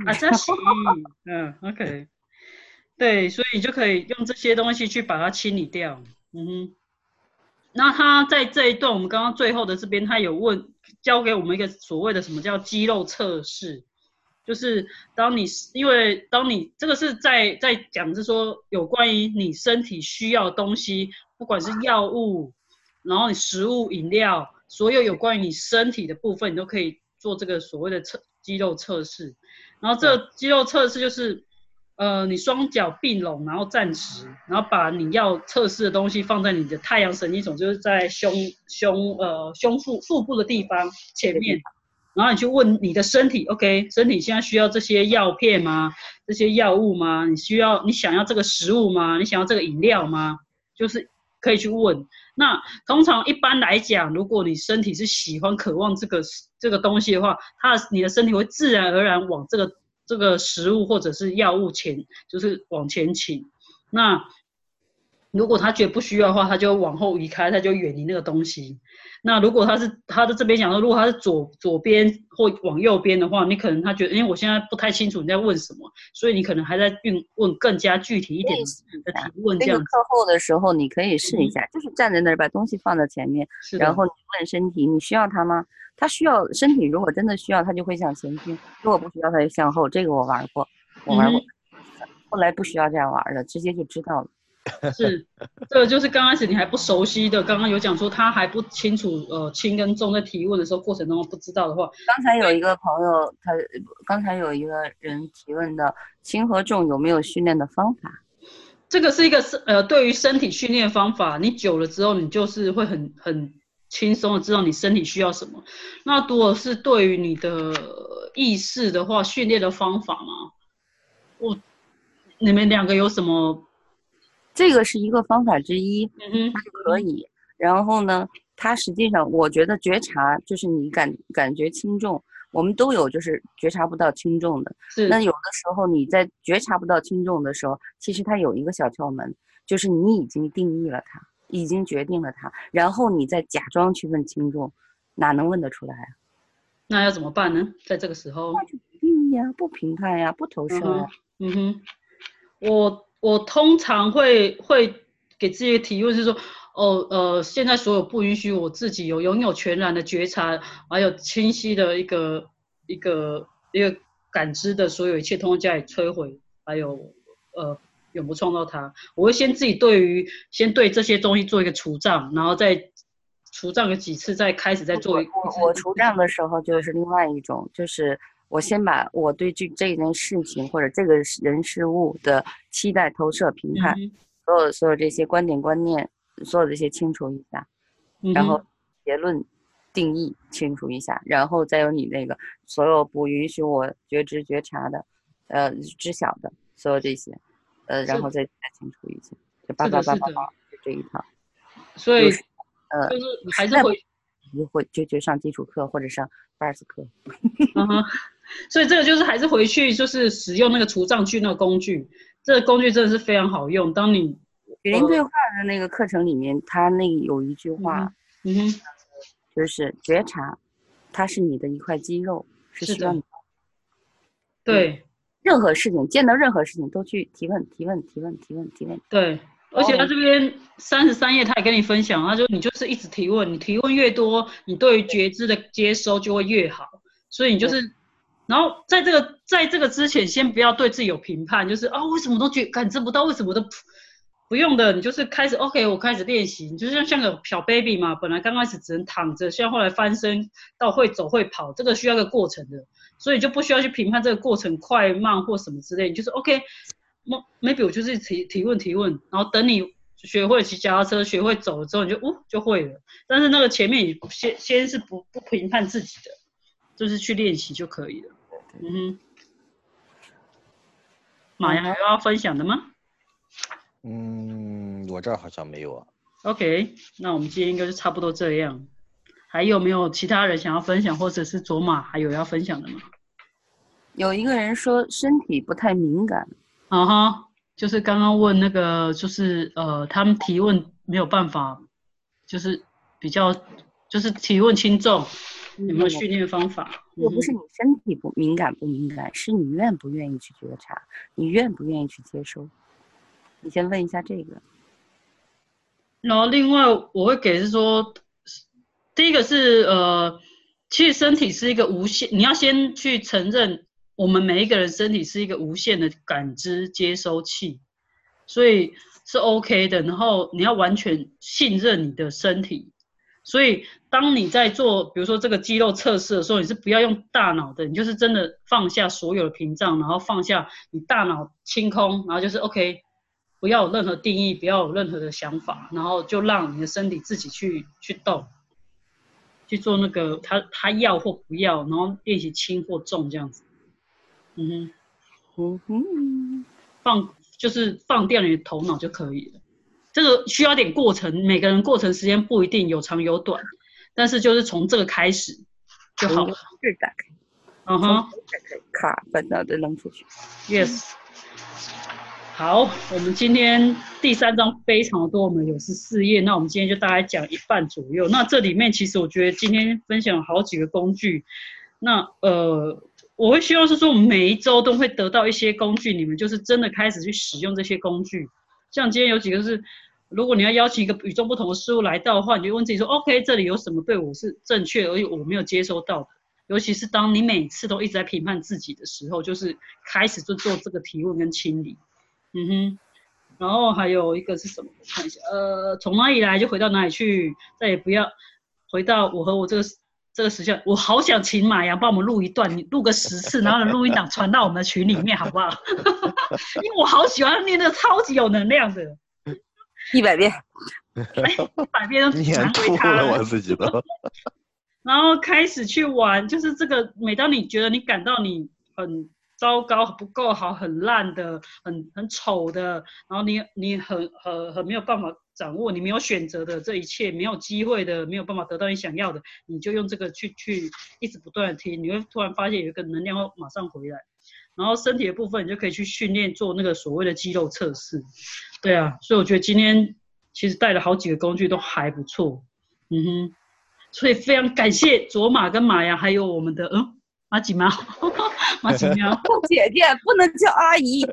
OK。对，所以你就可以用这些东西去把它清理掉。嗯哼。那他在这一段，我们刚刚最后的这边，他有教给我们一个所谓的什么叫肌肉测试，就是当你这个是在讲是说有关于你身体需要的东西，不管是药物，然后你食物、饮料，所有关于你身体的部分，你都可以做这个所谓的肌肉测试。然后这个肌肉测试就是你双脚并拢，然后站直，然后把你要测试的东西放在你的太阳神经丛，就是在胸腹部的地方前面，然后你去问你的身体 ，OK， 身体现在需要这些药片吗？这些药物吗？你想要这个食物吗？你想要这个饮料吗？就是可以去问。那通常一般来讲，如果你身体是喜欢渴望这个东西的话，你的身体会自然而然往这个食物或者是药物就是往前倾。那如果他觉得不需要的话，他就往后移开，他就远离那个东西。那如果他的这边讲说，如果他是左边或往右边的话，你可能他觉得，因为我现在不太清楚你在问什么，所以你可能还在问更加具体一点的提问。这样子。 课后的时候你可以试一下，就是站在那儿把东西放在前面，然后你问身体你需要它吗？他需要，身体如果真的需要，他就会向前进；如果不需要，他就向后。这个我玩过，后来不需要这样玩了，直接就知道了。 是，这个就是刚开始你还不熟悉的，刚刚有讲说他还不清楚轻跟重在提问的时候过程中不知道的话。 刚才有一个朋友，刚才有一个人提问的轻和重有没有训练的方法？ 这个是一个对于身体训练方法，你久了之后你就是会很轻松的知道你身体需要什么。那如果是对于你的意识的话，训练的方法吗？你们两个有什么？ 这个是一个方法之一，它就可以。然后呢，它实际上我觉得觉察就是你感觉轻重，我们都有，就是觉察不到轻重的。那有的时候你在觉察不到轻重的时候，其实它有一个小窍门，就是你已经定义了它，已经决定了它，然后你再假装去问轻重，哪能问得出来啊？ 那要怎么办呢？在这个时候， 那就不定义啊，不评判呀，不投射呀。 我通常会给自己的提问是说，现在所有不允许我自己拥有全然的觉察，还有清晰的一个感知的所有一切，通通加以摧毁，还有永不创造它。我会先先对这些东西做一个除障，然后再除障个几次，再开始再做一个。 我除障的时候就是另外一种，就是我先把我对这件事情或者这个人事物的期待、投射、评判，所有这些观点、观念，所有这些清除一下，然后结论、定义清除一下，然后再有你那个所有不允许我觉知、觉察的，知晓的所有这些，然后再清除一下，就叭叭叭叭叭，就这一套。 所以就是还是就上基础课或者上80课。 所以这个就是还是回去就是使用那个除障句那个工具，这个工具真的是非常好用。当你语音对话的那个课程里面，它那有一句话，就是觉察，它是你的一块肌肉，是需要你。 对， 任何事情见到任何事情都去提问。 对。而且他这边33页他也跟你分享，他就你就是一直提问，你提问越多，你对于觉知的接收就会越好。所以你就是，然后在这个之前，先不要对自己有评判，就是为什么都感知不到，为什么都不用的，你就是开始 OK， 我开始练习，你就像个小 baby 嘛，本来刚开始只能躺着，现在后来翻身到会走会跑，这个需要个过程的，所以就不需要去评判这个过程快慢或什么之类，你就是 OK。maybe 我就是提问，然后等你学会骑脚踏车，学会走了之后，你就会了。但是那个前面你先是不评判自己的，就是去练习就可以了。马洋有要分享的吗？ 我这儿好像没有啊。 OK， 那我们今天应该就差不多这样。还有没有其他人想要分享，或者是卓玛还有要分享的吗？ 有一个人说身体不太敏感。 就是刚刚问那个，就是他们提问没有办法，就是比较就是提问轻重，有没有训练方法？ 又不是你身体不敏感，是你愿不愿意去觉察，你愿不愿意去接收？你先问一下这个。 然后另外我会给是说，第一个是其实身体是一个无限，你要先去承认。我们每一个人身体是一个无限的感知接收器，所以是 OK 的。然后你要完全信任你的身体，所以当你在做比如说这个肌肉测试的时候，你是不要用大脑的，你就是真的放下所有的屏障，然后放下你大脑清空，然后就是 OK， 不要有任何定义，不要有任何的想法，然后就让你的身体自己去动，去做那个他要或不要，然后练习轻或重这样子。就是放掉你的头脑就可以了。这个需要点过程，每个人过程时间不一定有长有短，但是就是从这个开始就好了。 卡把脑袋扔出去。 Yes。好，我们今天第3章非常的多，我们有14页，那我们今天就大概讲一半左右。那这里面其实我觉得今天分享了好几个工具，那我会希望是说，我们每一周都会得到一些工具，你们就是真的开始去使用这些工具。像今天有几个是，如果你要邀请一个与众不同的事物来到的话，你就问自己说 ，OK， 这里有什么对我是正确，而我没有接收到的。尤其是当你每次都一直在评判自己的时候，就是开始就做这个提问跟清理。然后还有一个是什么？我看一下，从哪里来就回到哪里去，再也不要回到我和我这个实相。我好想请马洋帮我们录一段，你录个10次，然后录音档传到我们的群里面，好不好？因为我好喜欢念那个超级有能量的 ，100遍 ，100遍都念吐了我自己都。 然后开始去玩，就是这个，每当你觉得你感到你很糟糕、不够好、很烂的、很丑的，然后你很没有办法掌握，你没有选择的这一切，没有机会的，没有办法得到你想要的，你就用这个去一直不断的听，你会突然发现有一个能量会马上回来。然后身体的部分，你就可以去训练做那个所谓的肌肉测试。对啊，所以我觉得今天其实带了好几个工具都还不错。所以非常感谢卓玛跟马洋，还有我们的马吉猫，马吉喵， 姐姐不能叫阿姨，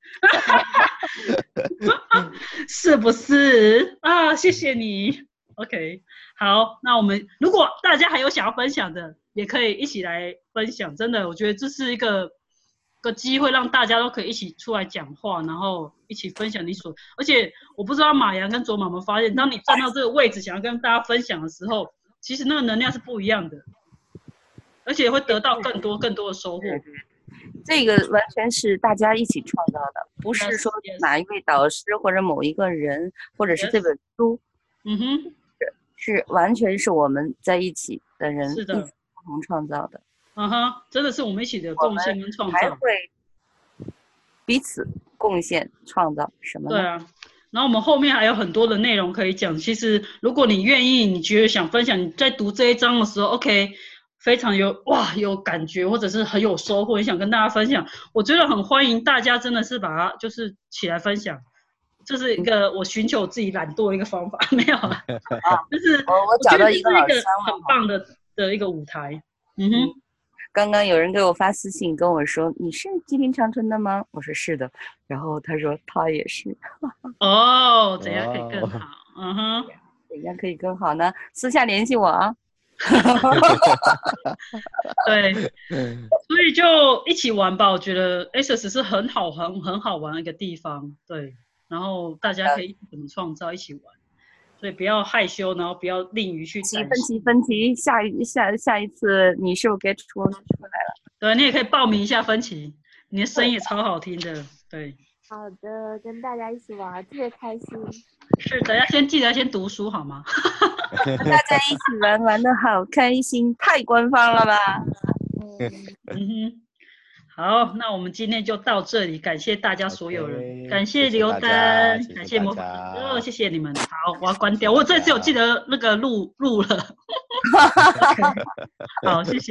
是不是啊？谢谢你。OK， 好，那我们如果大家还有想要分享的，也可以一起来分享。真的，我觉得这是一个机会，让大家都可以一起出来讲话，然后一起分享你所。而且我不知道马洋跟卓玛有没有发现，当你站到这个位置，想要跟大家分享的时候，其实那个能量是不一样的。 而且会得到更多的收获。 这个完全是大家一起创造的，不是说哪一位导师或者某一个人，或者是这本书，是完全是我们在一起的人一起共同创造的。 真的是我们一起的贡献跟创造， 还会彼此贡献创造什么呢？ 对啊。然后我们后面还有很多的内容可以讲。其实如果你愿意，你觉得想分享，你在读这一章的时候 ，OK， 非常有感觉，或者是很有收获，你想跟大家分享，我觉得很欢迎大家，真的是把它就是起来分享。这是一个我寻求自己懒惰的一个方法，没有啦，就是我找到一个很棒的一个舞台。 刚刚有人给我发私信跟我说：“你是吉林长春的吗？”我说是的，然后他说他也是。 哦，怎样可以更好？ 怎样可以更好呢？私下联系我啊。 对，所以就一起玩吧。我觉得 Access 是很好玩的一个地方。对，然后大家可以一起怎么创造，一起玩。所以不要害羞，然后不要吝于去分歧，下一次你是不是该出来了？ 对，你也可以报名一下分歧，你的声音也超好听的。对， 好的，跟大家一起玩，特别开心。 是的，记得先读书好吗？ 大家一起玩的好开心，太官方了吧？ 好，那我们今天就到这里，感谢大家所有人，感谢刘丹，感谢魔法谢谢你们。好，我要关掉，我这次有记得那个录了。好，谢谢。